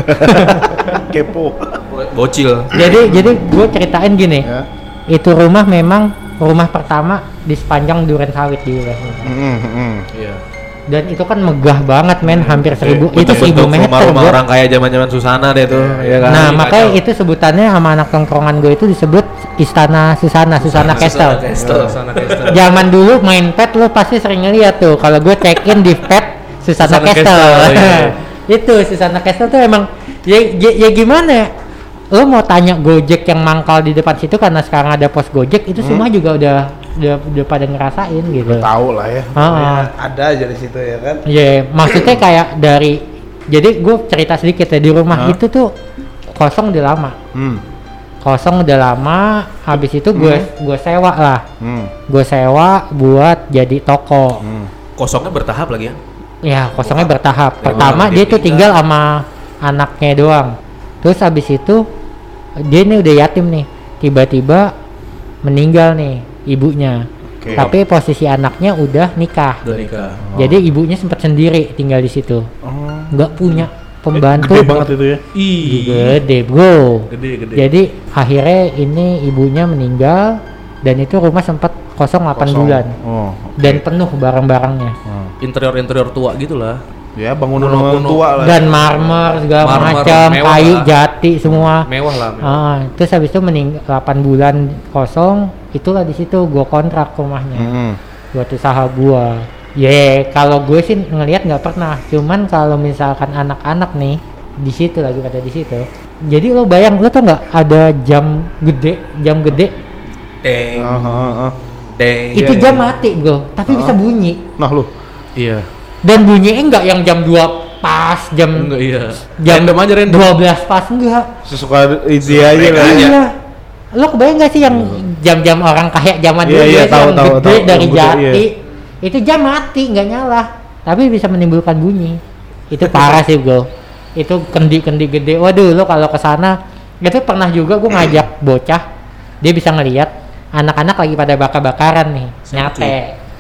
Kepo. Bocil. Jadi jadi gue ceritain gini. Ya. Itu rumah memang rumah pertama di sepanjang Duren Sawit di wilayah. Mm, mm. Iya. Dan itu kan megah banget men, hampir seribu. Itu Bentuk-bentuk seribu meter. rumah-rumah gua. orang kaya zaman-zaman Susana deh tuh, ya kan? Nah Ini makanya kacau. itu sebutannya sama anak tongkrongan gue itu disebut Istana Susana, Susana Castle. Castle. Sana Castle. Zaman dulu main pet lo pasti sering ngeliat tuh. Kalau gue check in di pet Susana, Susana Castle. Castle, iya. Itu Susana Castle tuh emang ya, ya, ya gimana ya? Lo mau tanya Gojek yang mangkal di depan situ karena sekarang ada pos Gojek itu semua juga udah udah, udah pada ngerasain gitu. Tahu lah ya. Ah. Pokoknya ada aja di situ ya kan. Ya maksudnya kayak dari jadi gue cerita sedikit ya di rumah Hah? itu tuh kosong udah lama. Hmm. Kosong udah lama, habis itu gue gue sewa lah. Hmm. Gue sewa buat jadi toko. Hmm. Kosongnya bertahap lagi ya. Ya kosongnya bertahap. Dari Pertama orang dia dia tuh tinggal sama anaknya doang. Terus habis itu dia ini udah yatim nih. Tiba-tiba meninggal nih ibunya. Oke. Tapi posisi anaknya udah nikah. Udah nikah. Jadi ibunya sempat sendiri tinggal di situ. Oh. Nggak punya pembantu. Gede banget itu ya. Ih. Gede bro. Gede gede. Jadi akhirnya ini ibunya meninggal dan itu rumah sempat kosong delapan Kosong. bulan Oh. dan penuh barang-barangnya. Oh. Interior-interior tua gitulah. Ya bangunan Kuno-kuno. tua lah. Dan marmer segala Marmer, macam, mewah kayu lah. jati semua. Mewah lah. Mewah. Ah, terus habis itu meninggal delapan bulan kosong, itulah di situ gua kontrak rumahnya. Hmm. Buat usaha gua. Ya, kalau gue sih ngelihat nggak pernah. Cuman kalau misalkan anak-anak nih di situ lagi pada di situ. Jadi lo bayang, lo tau nggak ada jam gede, jam gede Deng, Ah, ah, ah. deng. itu iya, jam iya. mati bro, tapi bisa bunyi. Nah lu. Iya. Dan bunyinya enggak yang jam dua pas, jam Enggak iya. jam Random aja random. dua belas pas enggak. Sesuka ide aja lah. Aja. Iya. Lo kebayang gak sih yang jam-jam orang kaya zaman Iya, dulu iya, ya, tahu, yang tahu, gede tahu. dari Yang gede, jati. iya. Itu jam mati nggak nyala, tapi bisa menimbulkan bunyi. Itu parah sih bro. Itu kendi-kendi gede. Waduh, lo kalau kesana itu pernah juga gue ngajak bocah, dia bisa ngelihat anak-anak lagi pada bakar-bakaran nih, nyate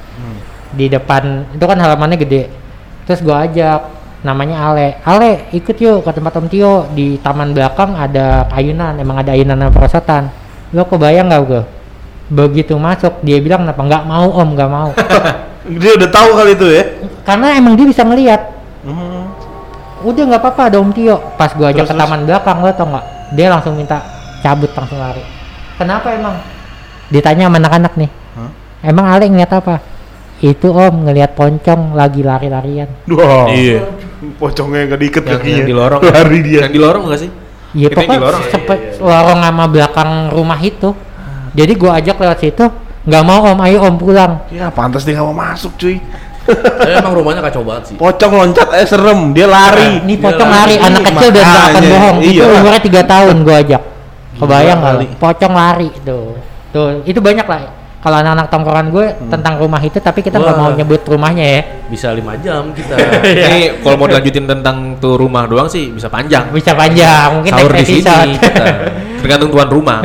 di depan. Itu kan halamannya gede. Terus gue ajak, namanya Ale. Ale, ikut yuk ke tempat Om Tio di taman belakang ada ayunan. Emang ada ayunan sama perosotan. Lo kebayang nggak gue? Begitu masuk dia bilang kenapa nggak mau Om, nggak mau. Dia udah tahu kali itu ya. Karena emang dia bisa ngelihat. Hmm. Udah nggak apa-apa ada Om Tio. Pas gue ajak Terus, ke taman belakang, lo tau nggak? Dia langsung minta cabut, langsung lari. Kenapa emang? Ditanya sama anak-anak nih. Hah? Emang Ale ngeliat apa? Itu Om ngelihat poncong lagi lari-larian. Wah. Iya. Pocongnya nggak diikat Yang, kakinya. yang di lorong. Lari dia. Yang di lorong nggak sih? Iya Itu yang di pokoknya lorong, sepet lorong sama belakang rumah itu. Jadi gua ajak lewat situ, nggak mau Om, ayo Om pulang. Ya pantas dia nggak mau masuk cuy. Tapi emang rumahnya kacau banget sih. Pocong loncat eh serem, dia lari. Ini Dia pocong lari. lari, anak kecil dan nggak akan Makanya, bohong. Itu iya. umurnya tiga tahun gua ajak. Kebayang nggak? kali. lo? Pocong lari tuh, tuh itu banyak lah. Kalau anak-anak tongkrongan gue Hmm. tentang rumah itu, tapi kita nggak Wah. mau nyebut rumahnya ya. Bisa lima jam kita. Ini kalau mau dilanjutin tentang tuh rumah doang sih bisa panjang. Bisa panjang, mungkin Sahur next di episode. sini kita. Tergantung tuan rumah.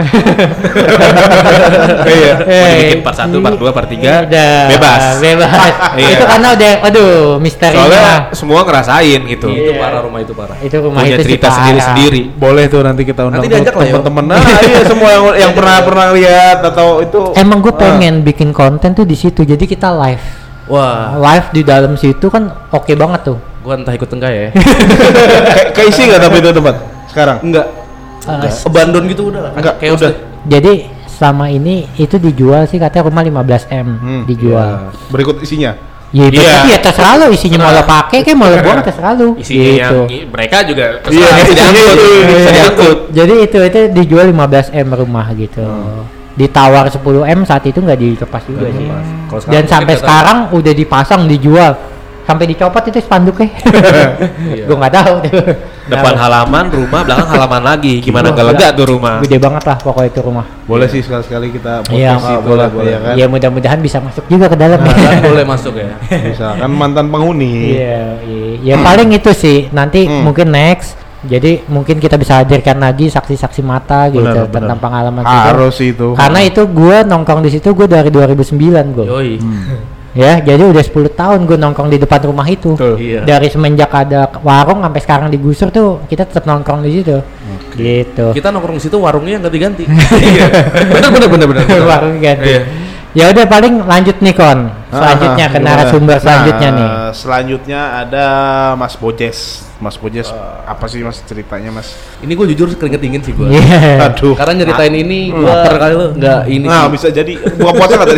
Iya. Mau dibikin part satu, part dua, part tiga, Udah, bebas. Bebas. Iya. Itu karena udah, aduh, misterinya. Soalnya semua ngerasain gitu. Itu parah, rumah itu parah. Itu rumah Punya itu sih cerita parah. sendiri-sendiri. Boleh tuh nanti kita undang Nanti diajak lah, yo. teman-teman. Nah, iya semua yang yang pernah pernah lihat atau itu. Emang gue Ah. pengen bikin konten tuh di situ, jadi kita live. Wah, Live di dalam situ kan oke banget tuh. gua entah ikut enggak ya. Kayak keisi nggak tapi itu tempat sekarang? Enggak. Uh, Abandon gitu udah. Enggak, Chaos udah. deh. Jadi selama ini itu dijual sih katanya rumah lima belas M Hmm, dijual. Berikut isinya. Ya, Iya. tapi ya terserah lo isinya mau lo pakai kayak mau lo buang terserah lo. Isinya Gitu. yang i- mereka juga Iya, terserah bisa isinya diangkut, itu. bisa Iya. diangkut. Jadi itu itu dijual lima belas M rumah gitu. Ditawar sepuluh M saat itu nggak dilepas juga sih. Kalau Dan mungkin sampai kata- sekarang udah dipasang dijual. Sampai dicopot itu spanduknya. Iya. Gue nggak tahu tuh. Depan halaman rumah, belakang halaman lagi. Gimana Wah, gak lega gila. tuh rumah? Gede banget lah pokoknya itu rumah. Boleh sih sekali-sekali kita Iya. podcast Ah, itu boleh, lah, boleh. ya kan? Ya mudah-mudahan bisa masuk juga ke dalam. Nah, kan boleh masuk ya. Misalkan mantan penghuni. Iya, iya. Ya paling itu sih. Nanti Hmm. mungkin next. Jadi mungkin kita bisa hadirkan lagi saksi-saksi mata gitu Benar, benar. tentang pengalaman kita. Harus itu. Karena itu gue nongkrong di situ gue dari dua ribu sembilan gue. Yoi. Ya, jadi udah sepuluh tahun gue nongkrong di depan rumah itu. Betul. Iya. Dari semenjak ada warung sampai sekarang digusur tuh kita tetap nongkrong di situ. Gitu. Kita nongkrong di situ warungnya yang ganti-ganti. Iya. Bener bener bener bener. bener. warung ganti. Iya. Ya udah paling lanjut nih Kon. Selanjutnya Ah, ke gimana? narasumber selanjutnya Nah, nih. Selanjutnya ada Mas Bojes. Mas Bojes, apa sih Mas ceritanya Mas? Ini gue jujur keringet dingin sih gue. Iya. Aduh. Karena nyeritain ini gue Lapar kali lu. nggak ini Nah, sih. bisa jadi buka puasa nggak tadi?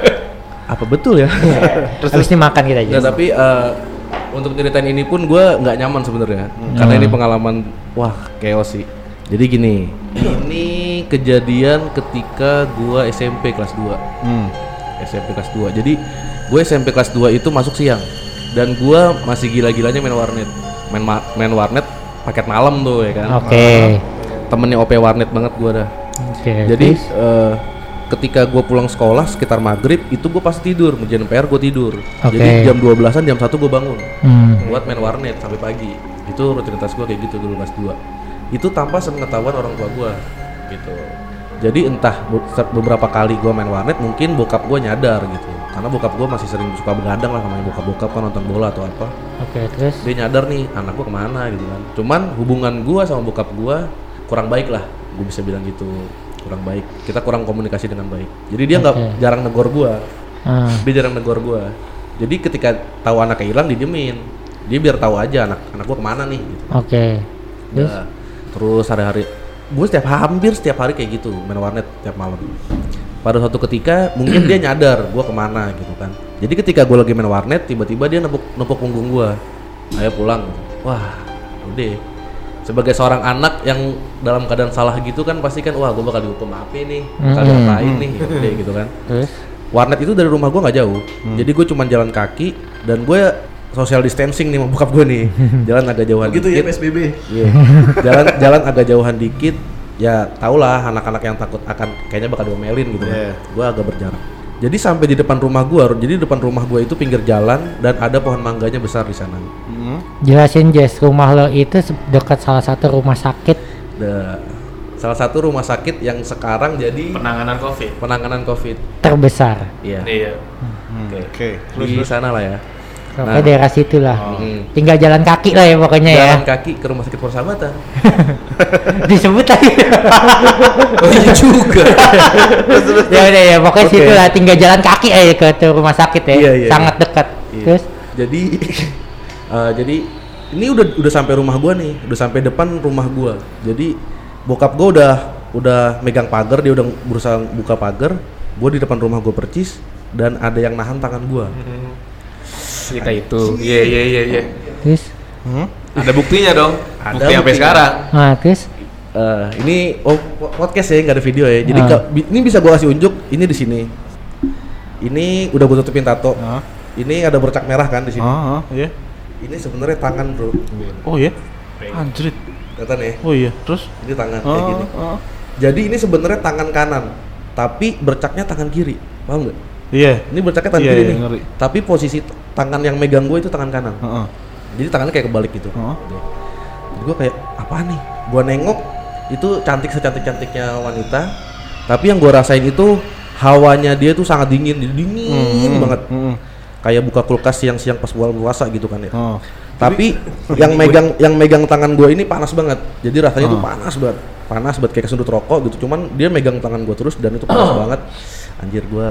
Apa betul ya? Terus Habis ini makan kita aja. Nggak, tapi eh, untuk ceritain ini pun gue nggak nyaman sebenarnya. Hmm. Karena ini pengalaman wah chaos sih. Jadi gini, ini kejadian ketika gue S M P kelas dua. Hmm. S M P kelas dua. Jadi gue S M P kelas dua itu masuk siang. Dan gue masih gila-gilanya main warnet. Main ma- main warnet paket malam tuh ya kan. Oke. Temennya O P warnet banget gue dah. Oke. Jadi terus? eh, ketika gue pulang sekolah sekitar maghrib itu gue pasti tidur, ngerjain P R gue tidur. Oke. Jadi jam dua belasan jam satu gue bangun Hmm. buat main warnet sampai pagi. Itu rutinitas gue kayak gitu dulu kelas dua. Itu tanpa sepengetahuan orang tua gue gitu. Jadi entah be- beberapa kali gue main warnet mungkin bokap gue nyadar gitu. Karena bokap gue masih sering suka begadang lah sama bokap-bokap kan nonton bola atau apa. Oke, terus? Dia nyadar nih anak gue kemana gitu kan. Cuman hubungan gue sama bokap gue kurang baik lah, gue bisa bilang gitu, kurang baik. Kita kurang komunikasi dengan baik. Jadi dia nggak Oke. jarang negor gue, Ah. dia jarang negor gue. Jadi ketika tahu anaknya hilang didiemin, dia biar tahu aja anak anak gue kemana nih. Gitu. Oke. Terus? Nah, terus hari-hari, gue setiap hampir setiap hari kayak gitu main warnet tiap malam. Pada suatu ketika mungkin dia nyadar gue kemana gitu kan. Jadi ketika gue lagi main warnet tiba-tiba dia nepuk nepuk punggung gue, ayo pulang. Wah, udah. Sebagai seorang anak yang dalam keadaan salah gitu kan pasti kan wah gue bakal dihukum apa nih, bakal Mm-mm. diapain nih, ya udah gitu kan. Terus? Warnet itu dari rumah gue nggak jauh, jadi gue cuma jalan kaki dan gue social distancing nih sama bokap gue nih, jalan agak jauhan Gitu ya dikit. P S B B. Iya. jalan jalan agak jauhan dikit, ya tau lah anak-anak yang takut akan kayaknya bakal diomelin gitu Iya. kan. Gue agak berjarak. Jadi sampai di depan rumah gue, jadi depan rumah gue itu pinggir jalan dan ada pohon mangganya besar di sana. Hmm. Jelasin Jess, rumah lo itu se- dekat salah satu rumah sakit. Da, salah satu rumah sakit yang sekarang jadi Penanganan COVID. penanganan COVID. Terbesar. Iya. Iya. Oke. Oke. Di sana lah ya. Pokoknya Nah. daerah situ lah. Hmm. Tinggal jalan kaki lah ya pokoknya Jalan ya. kaki ke rumah sakit persahabatan. Disebut lagi. Oh iya juga. ya udah ya, pokoknya Oke. situ lah. Tinggal jalan kaki aja ke tuh rumah sakit ya. Iya, iya, Sangat dekat. Iya. Terus? Jadi eh, jadi ini udah udah sampai rumah gua nih, udah sampai depan rumah gua. Jadi bokap gua udah udah megang pagar, dia udah berusaha buka pagar. Gua di depan rumah gua percis dan ada yang nahan tangan gua. Cerita itu. Iya iya iya iya. Terus? Hmm? Ada buktinya dong. Ada Bukti sampai buktinya. sekarang. Nah, terus? Eh, ini oh po- podcast ya, nggak ada video ya. Jadi Ah. ka- bi- ini bisa gua kasih unjuk. Ini di sini. Ini udah gua tutupin tato. Ah. Ini ada bercak merah kan di sini. Ah, ah, iya. Ini sebenarnya tangan bro. Oh iya. Anjrit. Kelihatan ya? Oh iya. Terus? Ini tangan kayak Ah, gini. ah. Jadi ini sebenarnya tangan kanan, tapi bercaknya tangan kiri, paham nggak? Iya. Ini bercaknya tangan Iya, kiri iya, nih, ngeri. tapi posisi t- tangan yang megang gue itu tangan kanan. Heeh. Jadi tangannya kayak kebalik gitu. Heeh. Udah. Jadi gue kayak apa nih? Gue nengok itu cantik secantik cantiknya wanita, tapi yang gue rasain itu hawanya dia tuh sangat dingin, jadi dingin Hmm, banget. hmm. Kayak buka kulkas siang-siang pas bulan puasa gitu kan ya. Oh. Tapi yang megang yang megang tangan gue ini panas banget. Jadi rasanya tuh Oh. panas banget. Panas banget kayak kesundut rokok gitu. Cuman dia megang tangan gue terus dan itu panas banget. Anjir gue.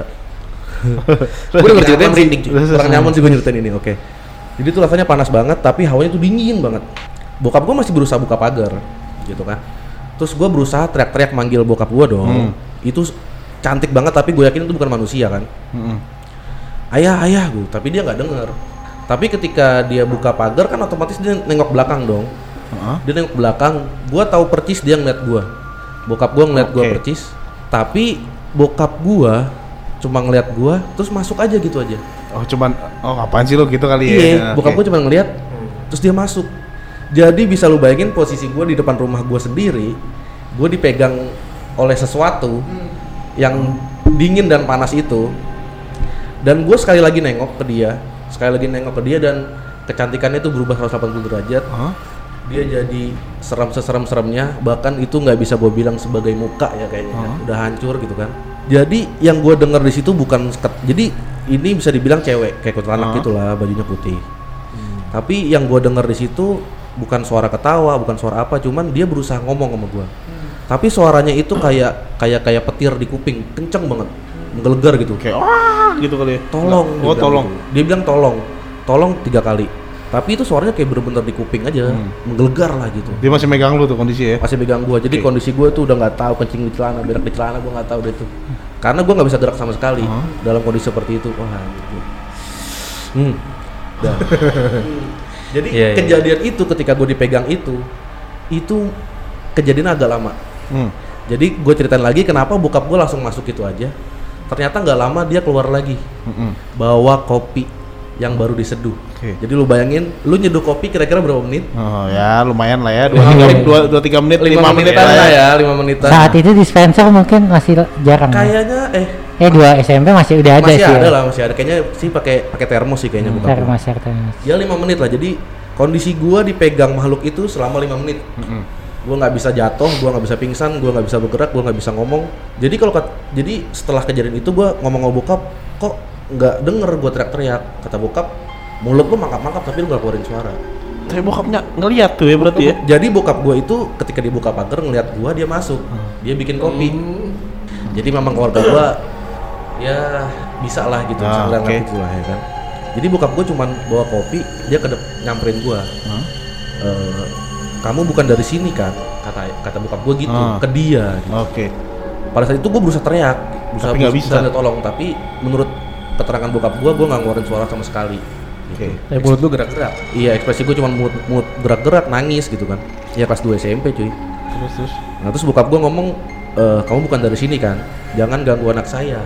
gue udah ceritain merinding cuy. Kurang nyaman sih gue nyeritain ini. Oke. Jadi tuh rasanya panas banget tapi hawanya tuh dingin banget. Bokap gue masih berusaha buka pagar gitu kan. Terus gue berusaha teriak-teriak manggil bokap gue dong. Hmm. Itu s- cantik banget tapi gue yakin itu bukan manusia kan. Hmm. ayah ayah gue, tapi dia nggak denger. Tapi ketika dia buka pagar kan otomatis dia nengok belakang dong. Heeh. Dia nengok belakang, gua tahu percis dia ngeliat gua. Bokap gua ngeliat gua Oke. percis, tapi bokap gua cuma ngeliat gua terus masuk aja gitu aja. Oh cuman, oh apaan sih lo gitu kali ya? Iya, Oke. bokap gua cuma ngeliat terus dia masuk. Jadi bisa lu bayangin posisi gua di depan rumah gua sendiri, gua dipegang oleh sesuatu yang dingin dan panas itu. Dan gua sekali lagi nengok ke dia, sekali lagi nengok ke dia dan kecantikannya itu berubah seratus delapan puluh derajat. Hah? Dia jadi seram seserem-seremnya, bahkan itu nggak bisa gue bilang sebagai muka ya kayaknya, kan. Oh. Udah hancur gitu kan. Jadi yang gue denger di situ bukan sket- jadi ini bisa dibilang cewek kayak kuntilanak Oh. gitulah, bajunya putih. Tapi yang gue denger di situ bukan suara ketawa, bukan suara apa, cuman dia berusaha ngomong sama gue. Tapi suaranya itu kayak kayak kayak petir di kuping, kenceng banget, menggelegar gitu. Kayak wah gitu kali ya? Tolong, dia Oh bilang tolong. gitu. Dia bilang tolong, tolong tiga kali. Tapi itu suaranya kayak bener-bener di kuping aja, Hmm. menggelegar lah gitu. Dia masih megang lu tuh kondisi ya? Masih pegang gua, jadi Oke. kondisi gua tuh udah nggak tahu kencing di celana, berak di celana gua nggak tahu deh tuh. Karena gua nggak bisa gerak sama sekali Uh-huh. dalam kondisi seperti itu. Wah, gitu. Hmm. Dah. Jadi Iya, iya. kejadian itu ketika gua dipegang itu, itu kejadian agak lama. Hmm. Jadi gue ceritain lagi kenapa bokap gue langsung masuk itu aja. Ternyata nggak lama dia keluar lagi, Mm-mm. bawa kopi yang baru diseduh. Oke. Jadi lu bayangin, lu nyeduh kopi kira-kira berapa menit? Oh ya lumayan lah ya, dua tiga dua dua tiga menit, lima menit menitan lah lah ya. ya, lima menitan. Saat itu dispenser mungkin masih jarang. ya? Kayaknya eh Eh dua S M P masih udah ada masih sih. ada ya. lah, masih ada. Kayaknya sih pakai pakai termos sih kayaknya bokap Termos, gua. termos. Ya lima menit lah. Jadi kondisi gua dipegang makhluk itu selama lima menit. Mm-mm. Gua nggak bisa jatuh, gua nggak bisa pingsan, gua nggak bisa bergerak, gua nggak bisa ngomong. Jadi kalau kat- jadi setelah kejadian itu gua ngomong sama bokap, kok nggak denger gua teriak-teriak. Kata bokap, mulut lu mangkap-mangkap tapi lu nggak keluarin suara. Tapi bokapnya ngeliat tuh ya berarti ya? Jadi bokap gua itu ketika dia buka pagar ngeliat gua, dia masuk, dia bikin kopi. Jadi memang keluarga gua ya bisa lah gitu, Ah, bisa ngeliat oke. gitu lah ya kan. Jadi bokap gua cuman bawa kopi, dia kedep nyamperin gua. Hah? Eh, kamu bukan dari sini kan? Kata kata bokap gua gitu Ah. ke dia. Gitu. Oke. Pada saat itu gua berusaha teriak, berusaha Tapi nggak berusaha bisa. minta tolong, tapi menurut keterangan bokap gua, gua nggak ngeluarin suara sama sekali. Oke. Eh, mulut lu gerak-gerak. Iya, ekspresi gua cuma mulut, mulut gerak-gerak, nangis gitu kan. Ya kelas dua S M P cuy. Terus terus. Nah terus bokap gua ngomong, "Eh, kamu bukan dari sini kan? Jangan ganggu anak saya."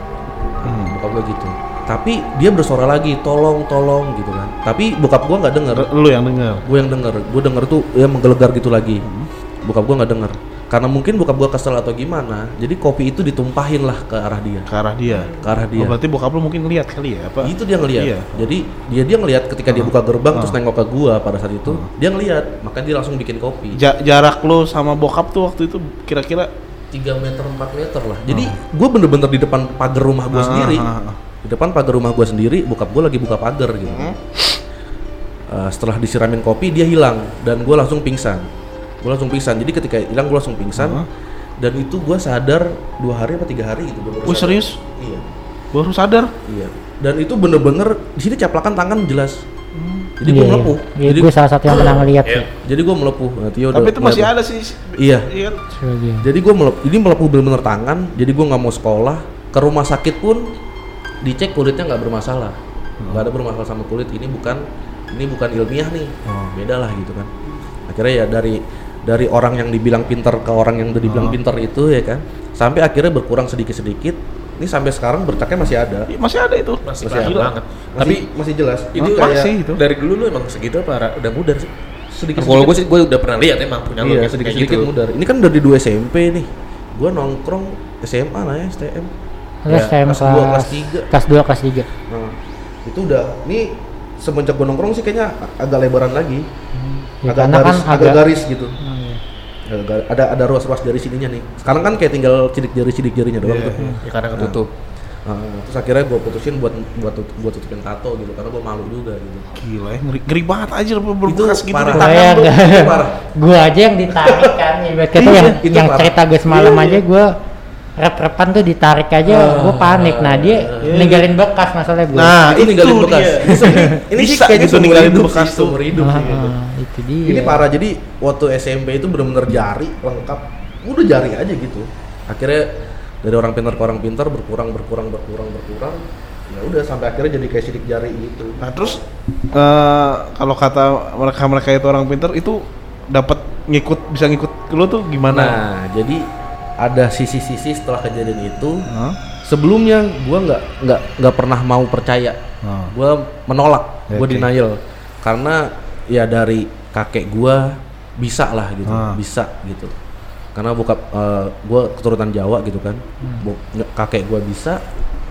Hmm. Bokap gua gitu. Tapi dia bersuara lagi, tolong, tolong gitu kan. Tapi bokap gua nggak denger. Lu yang denger. Gue yang denger, gue denger tuh ya menggelegar gitu lagi. Bokap gua nggak denger. Karena mungkin bokap gua kesel atau gimana, jadi kopi itu ditumpahin lah ke arah dia, Ke arah dia. ke arah dia. Oh, berarti bokap lu mungkin ngeliat kali ya? Apa? Itu dia ngelihat. Iya. Jadi dia dia ngelihat ketika dia buka gerbang terus Ah. nengok ke gua pada saat itu, dia ngelihat, maka dia langsung bikin kopi. Ja- jarak lu sama bokap tuh waktu itu kira-kira tiga meter empat meter lah. Jadi gua bener-bener di depan pagar rumah gua Ah, sendiri. ah, ah. Di depan pagar rumah gua sendiri, bokap gua lagi buka pagar gitu. Hmm. Uh, setelah disiramin kopi dia hilang dan gua langsung pingsan. Gua langsung pingsan. Jadi ketika hilang gua langsung pingsan. Ah. Dan itu gua sadar dua hari apa tiga hari gitu. Gua baru Oh sadar. serius? Iya. Baru sadar? Iya. Dan itu bener-bener di sini caplakan tangan jelas. Jadi Iya, gua iya. melepuh. Iya, Jadi gue salah satu yang pernah ngeliat Iya. sih. jadi gua melepuh. Nah, Tio Tapi udah itu masih ngeliat. ada sih. Iya. Iya. Sebagian. Jadi gua melepuh. Ini melepuh bener-bener tangan. Jadi gua nggak mau sekolah. Ke rumah sakit pun dicek kulitnya nggak bermasalah. Nggak ada bermasalah sama kulit. Ini bukan ini bukan ilmiah nih. Beda lah gitu kan. Akhirnya ya dari dari orang yang dibilang pintar ke orang yang udah dibilang Oh. pintar itu ya kan. Sampai akhirnya berkurang sedikit-sedikit. Ini sampai sekarang bercaknya masih ada. Iya, masih ada itu. Masih Masih parah ada. banget. Tapi Tapi masih jelas. itu Oh, kayak masih itu. dari dulu lu emang segitu apa Ra? Udah mudar sih? sedikit Kalau gue sih gue udah pernah lihat emang punya lu iya, kayak sedikit-sedikit gitu. mudar. Ini kan dari dua S M P nih. Gua nongkrong S M A lah ya, S T M. Terus saya kelas dua, kelas kelas tiga. kelas dua, kelas tiga. Nah, itu udah ini semenjak gua nongkrong sih kayaknya agak lebaran lagi. Ya, agak karena garis, kan agak agak- garis gitu. Oh, iya. Agak gar- ada ada ruas-ruas jari sininya nih. Sekarang kan kayak tinggal sidik jari-sidik jarinya doang Iya, tuh. iya. Ya karena ketutup. Nah, terus akhirnya gua putusin buat buat tut- buat tutupin tato gitu karena gua malu juga gitu. Gila ya, ngeri, ngeri banget aja berbekas gitu parah. di Gua tangan yang lu. enggak. Itu parah. Gue aja yang ditarik kan, ibarat kata Iya, yang itu yang parah. cerita gue semalam Iya, aja iya. gue rep-repan tuh ditarik aja, gue panik. Nah dia iya. ninggalin bekas masalahnya gue. Nah, itu ninggalin itu bekas. dia. Ini se- ini sih Bisa kayak gitu seumur ninggalin hidup bekas sih, seumur hidup Ah, sih gitu. ah, itu dia. Ini parah, jadi waktu S M P itu bener-bener jari lengkap, udah jari aja gitu. Akhirnya dari orang pintar ke orang pintar berkurang berkurang berkurang berkurang ya udah sampai akhirnya jadi kayak sidik jari gitu. Nah terus eh, kalau kata mereka mereka itu orang pintar itu dapat ngikut bisa ngikut ke lu tuh gimana? Nah jadi ada sisi-sisi setelah kejadian itu. Hah? Sebelumnya gue nggak nggak nggak pernah mau percaya, Oh. gue menolak, gue Oke. denial karena ya dari kakek gue bisa lah gitu, Ah. bisa gitu. Karena bokap uh, gue keturunan Jawa gitu kan, Bo- ny- kakek gue bisa,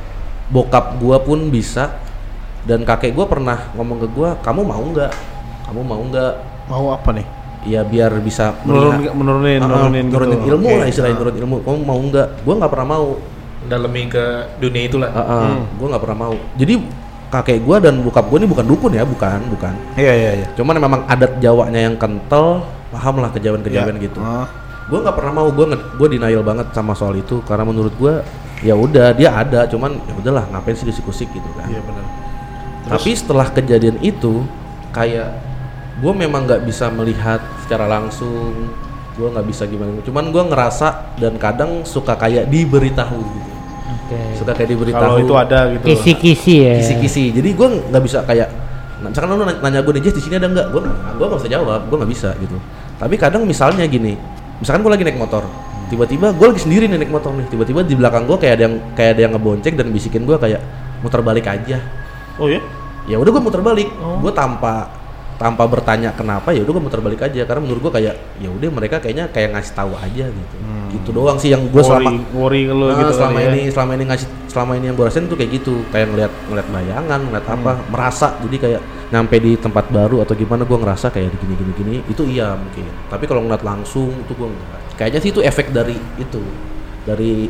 bokap gue pun bisa, dan kakek gue pernah ngomong ke gue, kamu mau nggak, kamu mau nggak, Mau apa nih? ya biar bisa Menurun, melihat- menurunin, Ah, ah, menurunin, nurunin gitu. ilmu Oke. lah istilahnya, Ah. nurunin ilmu, kamu mau nggak, gue nggak pernah mau. Dalemi ke dunia itulah. Uh, uh, Hmm. gue nggak pernah mau. Jadi kakek gue dan bokap gue ini bukan dukun ya, bukan, bukan. Iya iya iya. Cuman memang adat Jawanya yang kental, paham lah kejauhan-kejauhan Iya. gitu. Ah. Gue nggak pernah mau, gue gue denial banget sama soal itu karena menurut gue ya udah dia ada, cuman ya udahlah ngapain sih disik-sik gitu kan. Iya benar. Tapi setelah kejadian itu kayak gue memang nggak bisa melihat secara langsung, gue nggak bisa gimana. Cuman gue ngerasa dan kadang suka kayak diberitahu gitu. Oke. Suka kayak diberitahu. Kalau itu ada gitu. Kisi-kisi ya. Kisi-kisi. Jadi gue nggak bisa kayak, nah, misalkan lu nanya, nanya gue nih, Jess di sini ada nggak? Gue gue nggak bisa jawab, gue nggak bisa gitu. Tapi kadang misalnya gini, misalkan gue lagi naik motor, tiba-tiba gue lagi sendiri nih naik motor nih, tiba-tiba di belakang gue kayak ada yang kayak ada yang ngebonceng dan bisikin gue kayak muter balik aja. Oh ya? Ya udah gue muter balik, Oh. gue tanpa tanpa bertanya kenapa, ya udah gue muter balik aja karena menurut gue kayak ya udah mereka kayaknya kayak ngasih tahu aja gitu. Hmm. Gitu doang sih yang gue selama worry ke lu Nah, gitu selama kali ya. ini selama ini ngasih selama ini yang gue rasain tuh kayak gitu, kayak ngeliat ngeliat bayangan, ngeliat apa, merasa. Jadi kayak nyampe di tempat baru atau gimana gue ngerasa kayak gini gini gini itu iya mungkin. Tapi kalau ngeliat langsung itu gue enggak. Kayaknya sih itu efek dari itu, dari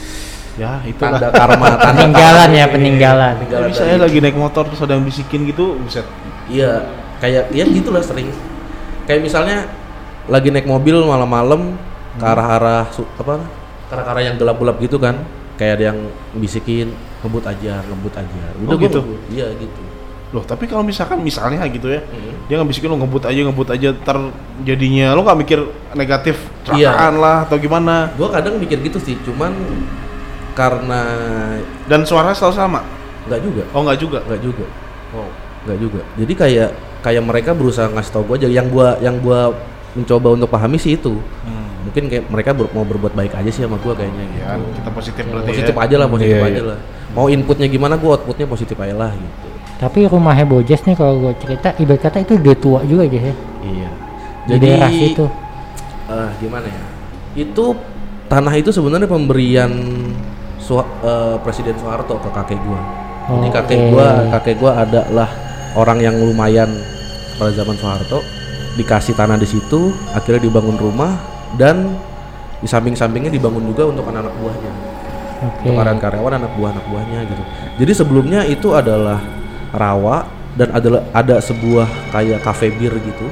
Ya itu tanda lah. karma, tanda Peninggalan karma. ya, peninggalan. Peninggalan Bisa ya dari- lagi naik motor terus ada yang bisikin gitu, buset. Iya, kayak ya gitulah sering. Kayak misalnya lagi naik mobil malam-malam ke arah-arah su- apa? Ke arah-arah yang gelap-gelap gitu kan. Kayak ada yang bisikin, ngebut aja, ngebut aja. Udah Oh, gua gitu? ngebut. Iya gitu. Loh, tapi kalau misalkan misalnya gitu ya, Mhm. dia ngebisikin lo ngebut aja ngebut aja ntar jadinya lo nggak mikir negatif Iya. celakaan lah atau gimana, Gua kadang mikir gitu sih, cuman karena dan suara selalu sama. nggak juga, Oh nggak juga. nggak juga, Oh. nggak juga. Jadi kayak kayak mereka berusaha ngasih tau gua aja. Yang gua yang gua mencoba untuk pahami sih itu. Hmm. Mungkin kayak mereka ber- mau berbuat baik aja sih sama gua kayaknya gitu. Ya, kita positif berarti Positif ya. aja lah, positif Iya, aja iya. lah. Mau inputnya gimana, gua outputnya positif aja lah gitu. Tapi rumahnya Bojes nih kalau gue cerita, ibarat kata itu udah tua juga aja ya. Iya. Di daerah situ. eh, gimana ya? Itu tanah itu sebenarnya pemberian Su- eh, Presiden Soeharto ke kakek gua. Jadi Oh, kakek oke. gua, kakek gua adalah orang yang lumayan pada zaman Soeharto. Dikasih tanah di situ, akhirnya dibangun rumah dan di samping-sampingnya dibangun juga untuk anak-anak buahnya. Oke. Untuk karyawan-karyawan anak buah anak buahnya gitu. Jadi sebelumnya itu adalah rawa dan adalah ada sebuah kayak cafe bir gitu,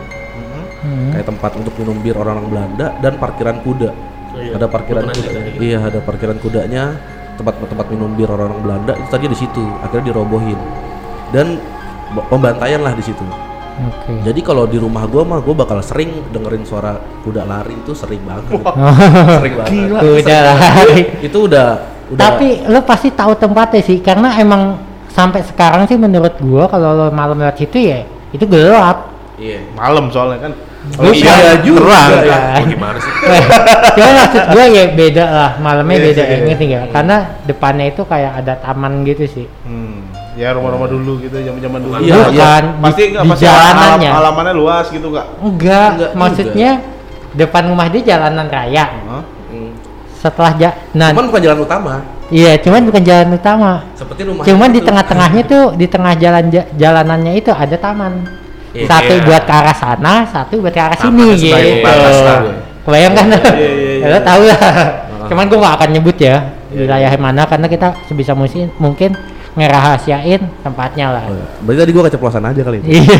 Hmm. kayak tempat untuk minum bir orang-orang Belanda dan parkiran kuda. Ada parkiran kuda. Iya, ada parkiran kudanya, tempat-tempat minum bir orang-orang Belanda itu tadi di situ. Akhirnya dirobohin. Dan b- pembantaian lah di situ. Oke. Jadi kalau di rumah gua mah gua bakal sering dengerin suara kuda lari itu sering banget. Sering banget. Gila. Udah lari. Itu udah udah Tapi lo pasti tahu tempatnya sih, karena emang sampai sekarang sih menurut gua kalau lo malam lewat situ ya itu gelap. iya. Malam soalnya kan. Oh, iya juga terang ya. kan. Oh, gimana sih? Cuma maksud gua ya beda lah, malamnya Iya beda sih, ya, iya. ngerti nggak? Karena depannya itu kayak ada taman gitu sih. Hmm. Ya rumah-rumah dulu gitu, zaman-zaman dulu. Iya, Bukan Pasti di, nggak di pasti jalanannya. alam- halamannya luas gitu nggak? Enggak, Enggak maksudnya depan rumah dia jalanan raya. Hah? Hmm. Setelah ja nah, Cuman bukan jalan utama. iya, cuman bukan jalan utama. Seperti rumah. Cuman di itu. tengah-tengahnya tuh di tengah jalan ja- jalanannya itu ada taman. Iya. Satu Iya. buat ke arah sana, satu buat ke arah Tamannya sini sebagai gitu. batas lah. Kebayang kan? Iya, iya, iya, Ya, lo iya. tahu lah. Ah. Cuman gua gak akan nyebut ya Iya, wilayah mana karena kita sebisa mungkin mungkin ngerahasiain tempatnya lah. Oh, iya. Berarti tadi gua keceplosan aja kali ini. Iya.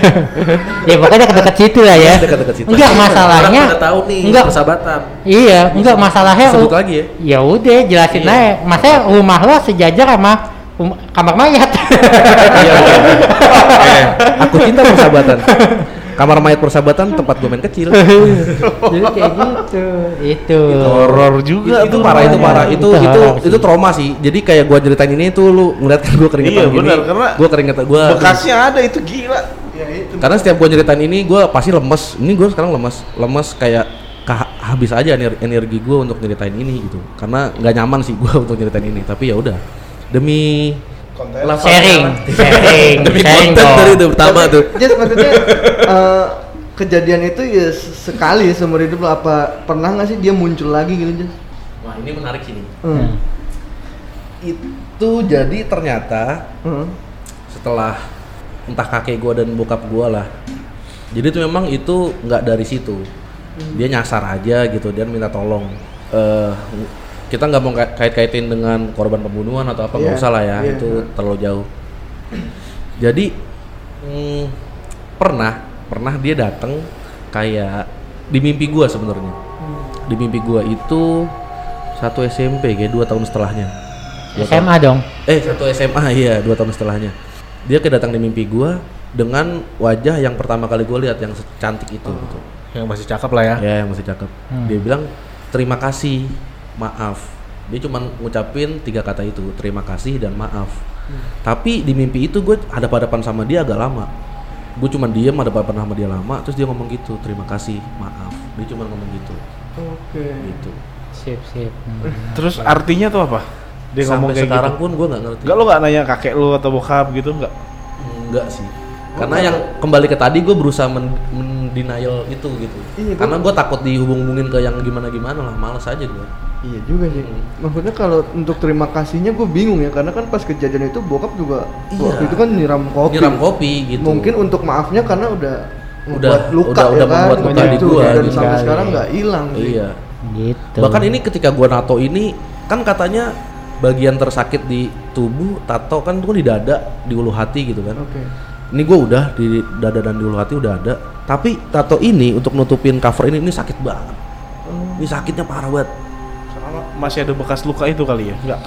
Ya pokoknya deket-deket situ lah ya. Dekat-dekat situ. Enggak masalahnya. Orang udah tahu nih Enggak. persahabatan. Iya, enggak masalahnya. Sebut u- lagi ya. Ya udah jelasin Iya. aja. Maksudnya rumah lo sejajar sama rum- kamar mayat. Iya. Aku cinta persahabatan. kamar mayat persahabatan tempat gue main kecil. Jadi kayak gitu. Itu. Horor juga itu tuh parah itu namanya. parah itu Itu itu horor itu, sih. trauma sih. Jadi kayak gue ceritain ini tuh lu ngeliat gue keringetan Iya, gini. benar, karena gue keringetan gue. Bekasnya ada itu gila. Ya itu. Karena setiap gue ceritain ini gue pasti lemes. Ini gue sekarang lemes, lemes kayak kah- habis aja ener- energi gue untuk ceritain ini gitu. Karena nggak nyaman sih gue untuk ceritain ini. Tapi ya udah demi level- Sharing, sharing, demi sharing konten dong. dari itu pertama tuh. Just maksudnya eh, kejadian itu ya s- sekali seumur hidup lo, apa pernah nggak sih dia muncul lagi gitu Just? Wah ini menarik sih nih. Hmm. Itu jadi ternyata Hmm. setelah entah kakek gua dan bokap gua lah. Jadi itu memang itu nggak dari situ. Dia nyasar aja gitu, dia minta tolong. Eh kita nggak mau kait- kait-kaitin dengan korban pembunuhan atau apa, nggak Iya, usah lah ya, iya. itu terlalu jauh. Jadi hmm, pernah pernah dia datang kayak di mimpi gua sebenarnya. Di mimpi gua itu satu S M P kayak dua tahun setelahnya. Dua S M A dong. Eh satu S M A iya dua tahun setelahnya dia kedatang di mimpi gua dengan wajah yang pertama kali gua lihat yang cantik itu gitu. Yang masih cakep lah ya. Ya yang masih cakep. Hmm. Dia bilang terima kasih, maaf. Dia cuma ngucapin tiga kata itu, terima kasih dan maaf. Tapi di mimpi itu gue ada hadapan sama dia agak lama. Gue cuma diem ada hadapan sama dia lama, terus dia ngomong gitu, terima kasih, maaf. Dia cuma ngomong gitu, Oke. gitu. Sip, sip. Hmm. Terus artinya tuh apa? Dia ngomong Sampai kayak sekarang gitu. pun gue nggak ngerti. Enggak, lu nggak nanya kakek lu atau bokap gitu enggak? Enggak sih. Karena yang kembali ke tadi gue berusaha men- mendenial itu gitu. Iya, gua- Karena gue takut dihubung-hubungin ke yang gimana-gimana lah, males aja gue. Iya juga sih. Maksudnya kalau untuk terima kasihnya gue bingung ya, karena kan pas kejadian itu bokap juga Iya. waktu itu kan nyiram kopi. Nyiram kopi gitu. Mungkin untuk maafnya karena udah Udah- membuat luka udah- ya udah kan, membuat luka di gitu. gua Dan gitu. sampai Kali. sekarang nggak hilang sih. Iya. Gitu. Bahkan ini ketika gue nato ini kan katanya bagian tersakit di tubuh tato kan tuh di dada, di ulu hati gitu kan. Oke. Ini gue udah di dada dan di ulu hati udah ada. Tapi tato ini untuk nutupin cover ini ini sakit banget. Oh. Ini sakitnya parah banget. Sama masih ada bekas luka itu kali ya? Enggak.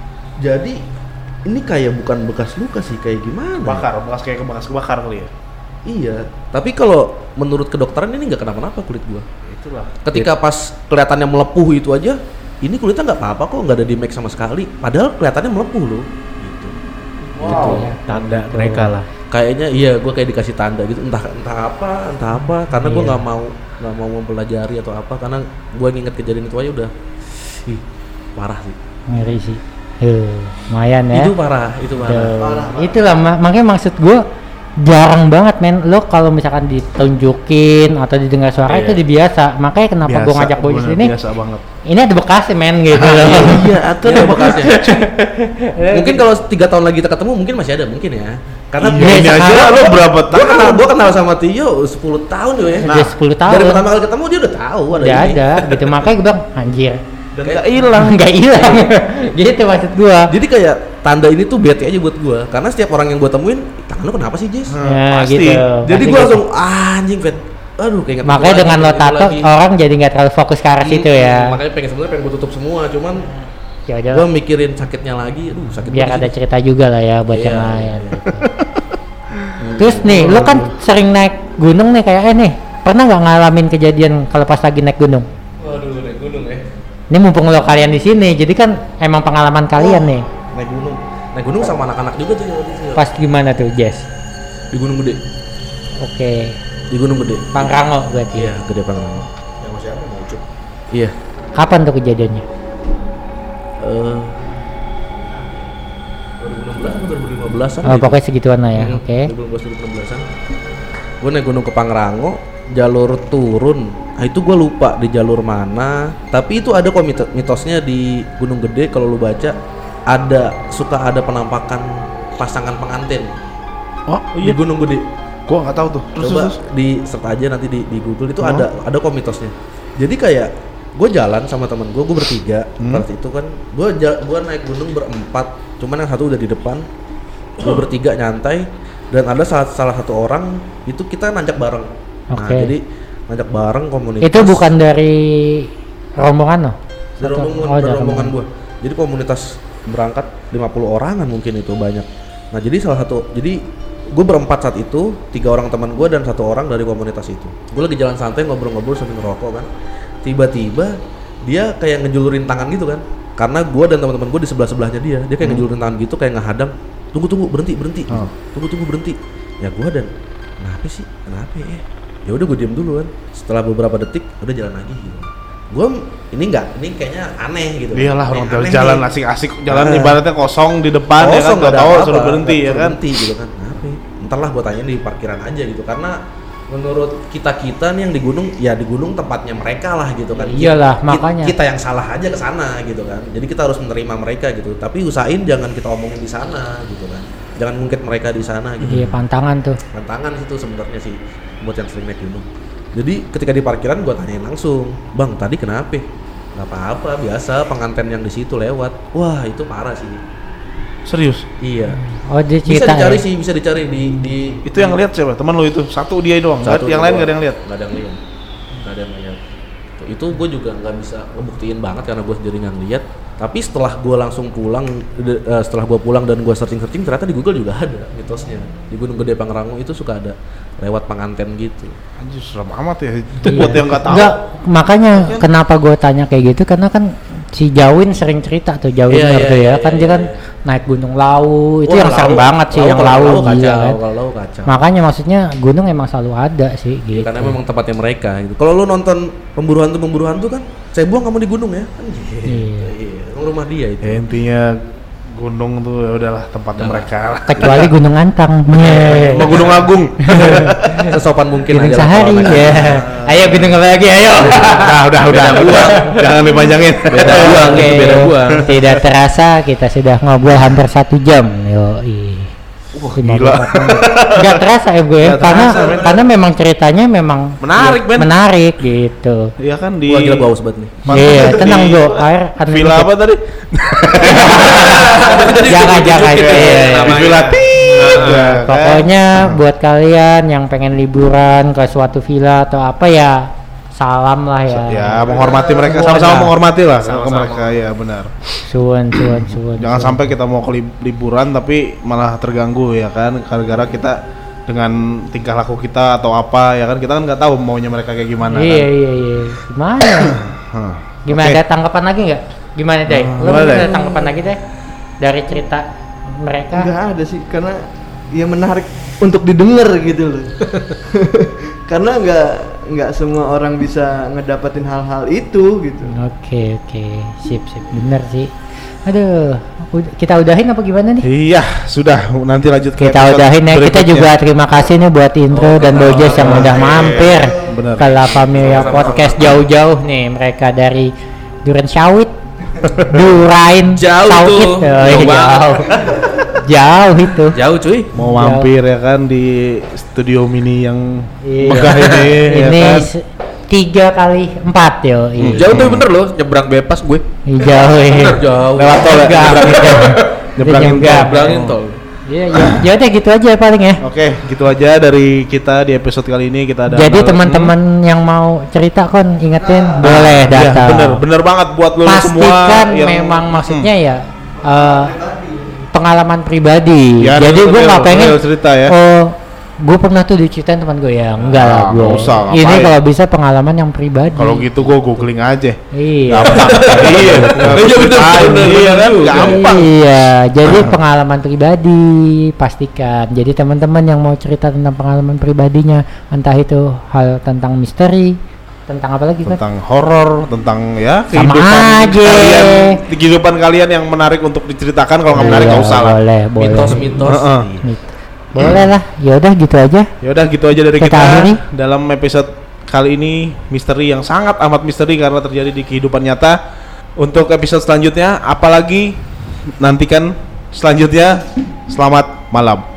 Jadi ini kayak bukan bekas luka sih, kayak gimana? ya? Bakar, bekas kayak bekas kebakar kali ya. Iya, tapi kalau menurut kedokteran ini nggak kenapa-napa kulit gua. Itulah. Ketika pas kelihatannya melepuh itu aja, ini kulitnya nggak apa-apa kok, nggak ada di make sama sekali. Padahal kelihatannya melepuh loh. Gitu. Wow. Tanda mereka lah. Kayaknya iya, gua kayak dikasih tanda gitu, entah entah apa, entah apa. Karena gua Iya. nggak mau nggak mau mempelajari atau apa, karena gua nginget kejadian itu aja udah, ih parah sih. Ngeri sih. Tuh, lumayan ya. Itu parah, itu parah. Tuh, Parah, parah. itulah ma- makanya maksud gue jarang banget men lo kalau misalkan ditunjukin atau didengar suara Iya. itu dibiasa. Makanya kenapa gue Biasa, ngajak Boys bener, ini? biasa banget. Ini ada bekasnya men gitu loh. Iya, atau Ini ada bekasnya. Mungkin kalau tiga tahun lagi kita ketemu mungkin masih ada mungkin ya. Karena Iya, ini aja sekarang- lo berapa Gua kenal tahun? gua kenal sama Tio sepuluh tahun yo ya. Dia sepuluh tahun. Dari pertama kali ketemu dia udah tahu ada Udah ini. ada gitu makanya gue bilang anjir. Dan nggak hilang. Nggak hilang. Gitu maksud gue. Jadi kayak tanda ini tuh bete aja buat gua karena setiap orang yang gua temuin, tangan lu kenapa sih, Jess? Hmm, Ya, pasti. gitu. Jadi Pasti gua gitu. langsung ah, anjing, Fet. Aduh, kayak inget Makanya itu dengan lagi, lo inget itu tato lagi. orang jadi nggak terlalu fokus ke arah situ Hmm, ya. Makanya pengen sebenarnya pengen gua tutup semua, cuman Ya udah. gua mikirin sakitnya lagi. Aduh, sakit Biar banget ada sih. cerita juga lah ya buat Iya. yang lain. gitu. Terus nih, lo kan sering naik gunung nih kayaknya nih. Pernah nggak ngalamin kejadian kalau pas lagi naik gunung? Waduh, naik gunung ya. Ini mumpung lo kalian di sini, jadi kan emang pengalaman kalian nih. Naik gunung. Naik gunung sama anak-anak juga tuh waktu itu, ya. Pas gimana tuh, Jess? Di Gunung Gede. Oke, Di Gunung Gede. Pangrango berarti. Iya, Gede Pangrango. Yang masih apa mau ucup? Iya. Kapan tuh kejadiannya? Eh dua ribu enam belas atau dua ribu lima belasan Oh, pokoknya segituan lah ya. Oke. dua ribu lima belas dua ribu enam belasan gue naik gunung ke Pangrango, jalur turun. Nah itu gue lupa di jalur mana, tapi itu ada kok mito- mitosnya di Gunung Gede. Kalau lu baca ada suka ada penampakan pasangan pengantin Oh di iya, Gunung Gede. gua nggak tahu tuh. Terus Coba terus. di search aja nanti di, di Google itu Oh. ada ada kok mitosnya. Jadi kayak gue jalan sama temen gue, gue bertiga. Hmm. Pada itu kan gue gue naik gunung berempat, cuman yang satu udah di depan. Gue bertiga nyantai dan ada salah salah satu orang itu kita nanjak bareng. Nah Oke. jadi nanjak bareng komunitas. Itu bukan dari rombongan lo? dari Atau- rombongan, oh, dari dari rombongan rombongan. gue. Jadi komunitas berangkat lima puluh orangan mungkin itu banyak. Nah jadi salah satu jadi gue berempat saat itu, tiga orang teman gue dan satu orang dari komunitas itu. Gue lagi jalan santai ngobrol-ngobrol sambil ngerokok kan. Tiba-tiba dia kayak ngejulurin tangan gitu kan. Karena gue dan teman-teman gue di sebelah-sebelahnya dia, dia kayak hmm. ngejulurin tangan gitu, kayak ngehadang. Tunggu tunggu berhenti berhenti, oh. tunggu tunggu berhenti. Ya gue dan kenapa sih? Kenapa ya? Ya udah gue diem dulu kan. Setelah beberapa detik udah jalan lagi gitu. Gue ini enggak, ini kayaknya aneh gitu. Iyalah orang aneh jalan nih. asik-asik, jalan nah. ibaratnya kosong di depan kosong, ya kan, nggak tahu suruh berhenti ya kan. Berhenti gitu kan. Kenapa? Entarlah gue tanyain di parkiran aja gitu, karena menurut kita-kita nih yang di gunung, ya di gunung tempatnya mereka lah gitu kan. Iyalah, kita, makanya. Kita yang salah aja ke sana gitu kan. Jadi kita harus menerima mereka gitu. Tapi usahain jangan kita omongin di sana gitu kan. Jangan ngungkit mereka di sana gitu. Iya, pantangan tuh. Pantangan itu sebenarnya sih buat yang sering naik gunung. Jadi ketika di parkiran gue tanyain langsung, "Bang, tadi kenapa?" Nggak apa-apa, biasa pengantin yang di situ lewat. Wah, itu parah sih. Serius? Iya. Oh, dia Bisa cerita dicari ya? sih, bisa dicari di di Itu yang lihat siapa? Teman lu itu? Satu dia doang. Satu yang dua. lain nggak ada yang lihat. Nggak ada yang lihat. Nggak ada yang lihat. Itu, itu gue juga nggak bisa ngebuktiin banget karena gue sendiri nggak lihat. Tapi setelah gue langsung pulang, de, uh, setelah gue pulang dan gue searching-searching, ternyata di Google juga ada mitosnya. Di Gunung Gede Pangrango itu suka ada lewat pengantin gitu. Anjir, serem amat ya. Itu Iya. buat yang nggak tahu. Enggak, makanya kenapa gue tanya kayak gitu, karena kan si Jawin sering cerita tuh, Jawin Iya, tuh iya, ya iya, kan iya, dia kan iya. naik Gunung Lawu, itu Wah, yang serem Lawu- banget sih, yang kalau Lawu Lawu gila kacau, kan. kalau Lawu kacau. Makanya maksudnya gunung emang selalu ada sih gitu. Karena memang tempatnya mereka gitu. Kalau lu nonton pemburu hantu pemburu hantu kan, saya buang kamu di gunung ya. Kan gitu. Iya. Iya, emang rumah dia itu. Ya, intinya gunung tuh ya udahlah tempatnya Nah. mereka lah. Kecuali Gunung Antang. Iya. Sama Gunung Agung. Sesopan mungkin Gunung aja lah Sahari kalau naik. ya. Ayo gunung apa lagi ayo. Nah, udah udah udah. Jangan dipanjangin. Beda buang, Oke. itu beda buang. Tidak terasa kita sudah ngobrol hampir satu jam. Yoi. Wah, lima gila. belas menit. Nggak terasa ya gue, Nggak karena terasa, men. karena memang ceritanya memang Menarik, ya, men. menarik gitu. Iya kan di Gua gila gua haus banget nih. Iya, tenang di bro, air Villa apa tadi? Jangan jangan. Iya, Iya. di Villa Tit. Ya, kan? Pokoknya buat kalian yang pengen liburan ke suatu villa atau apa ya, salam lah ya. Ya, menghormati mereka, Suwun sama-sama lah. menghormati lah ke Sama-sama. mereka ya benar. Suwun, suwun, suwun. Jangan suwun. sampai kita mau ke lib- liburan tapi malah terganggu ya kan, gara-gara kita dengan tingkah laku kita atau apa ya kan, kita kan nggak tahu maunya mereka kayak gimana Iya kan. iya iya. Gimana? Hah, Gimana? oke. Ada tanggapan lagi nggak? Gimana deh? Hmm, Lo gimana, mungkin Deh? ada tanggapan lagi deh dari cerita mereka? Nggak ada sih, karena ya menarik untuk didengar gitu loh. Karena nggak nggak semua orang bisa ngedapetin hal-hal itu gitu. Oke oke, sip sip, bener sih. Aduh, ud- kita udahin apa gimana nih? Iya, sudah nanti lanjut ke Kita episode udahin ya. Kita berikutnya. juga terima kasih nih buat Indro dan Bojes yang udah mampir bener. ke La Familia Podcast jauh-jauh nih, mereka dari Duren Sawit, Durain Jauh Sawit, tuh, oh, iya, jauh banget. jauh, jauh itu. Jauh cuy. mau Jauh. mampir ya kan di studio mini yang Iya. megah ini ya Ini kan. se- tiga kali empat yo. Iya. Jauh tuh bener loh, nyebrang bebas gue. Iya, jauh ya. Bener, jauh. Lewat tol ya, Nyebrang. nyebrangin tol. Nyebrang. Nyebrangin tol. Iya, ya, ya udah gitu aja paling ya. Oke, gitu aja dari kita di episode kali ini. Kita ada Jadi hal- teman-teman yang mau cerita kon ingetin Nah, boleh iya, datang. bener bener banget buat lo semua Pastikan yang memang maksudnya ya eh, pengalaman pribadi. Ya, Jadi real- gue nggak real- pengen real cerita ya. oh gue pernah tuh diceritain teman gue ya enggak lah Ah, gue. nggak usah, Ini ngapain. kalau bisa pengalaman yang pribadi. kalau gitu gue googling aja. Iya. Gampang. Iya, Iya, bener, bener, iya kan, bener. gampang. Iya, jadi pengalaman pribadi pastikan. Jadi teman-teman yang mau cerita tentang pengalaman pribadinya, entah itu hal tentang misteri, tentang apa lagi kan? Tentang horor, tentang ya Sama aja. kalian, kehidupan kalian yang menarik untuk diceritakan. Kalau nggak menarik Iya, nggak usah lah. Boleh, boleh. Mitos-mitos. Heeh. Gitu. Boleh lah. Ya udah gitu aja. Ya udah gitu aja dari Kita kita, akhiri. dalam episode kali ini, misteri yang sangat amat misteri karena terjadi di kehidupan nyata. Untuk episode selanjutnya, apalagi nantikan selanjutnya. Selamat malam.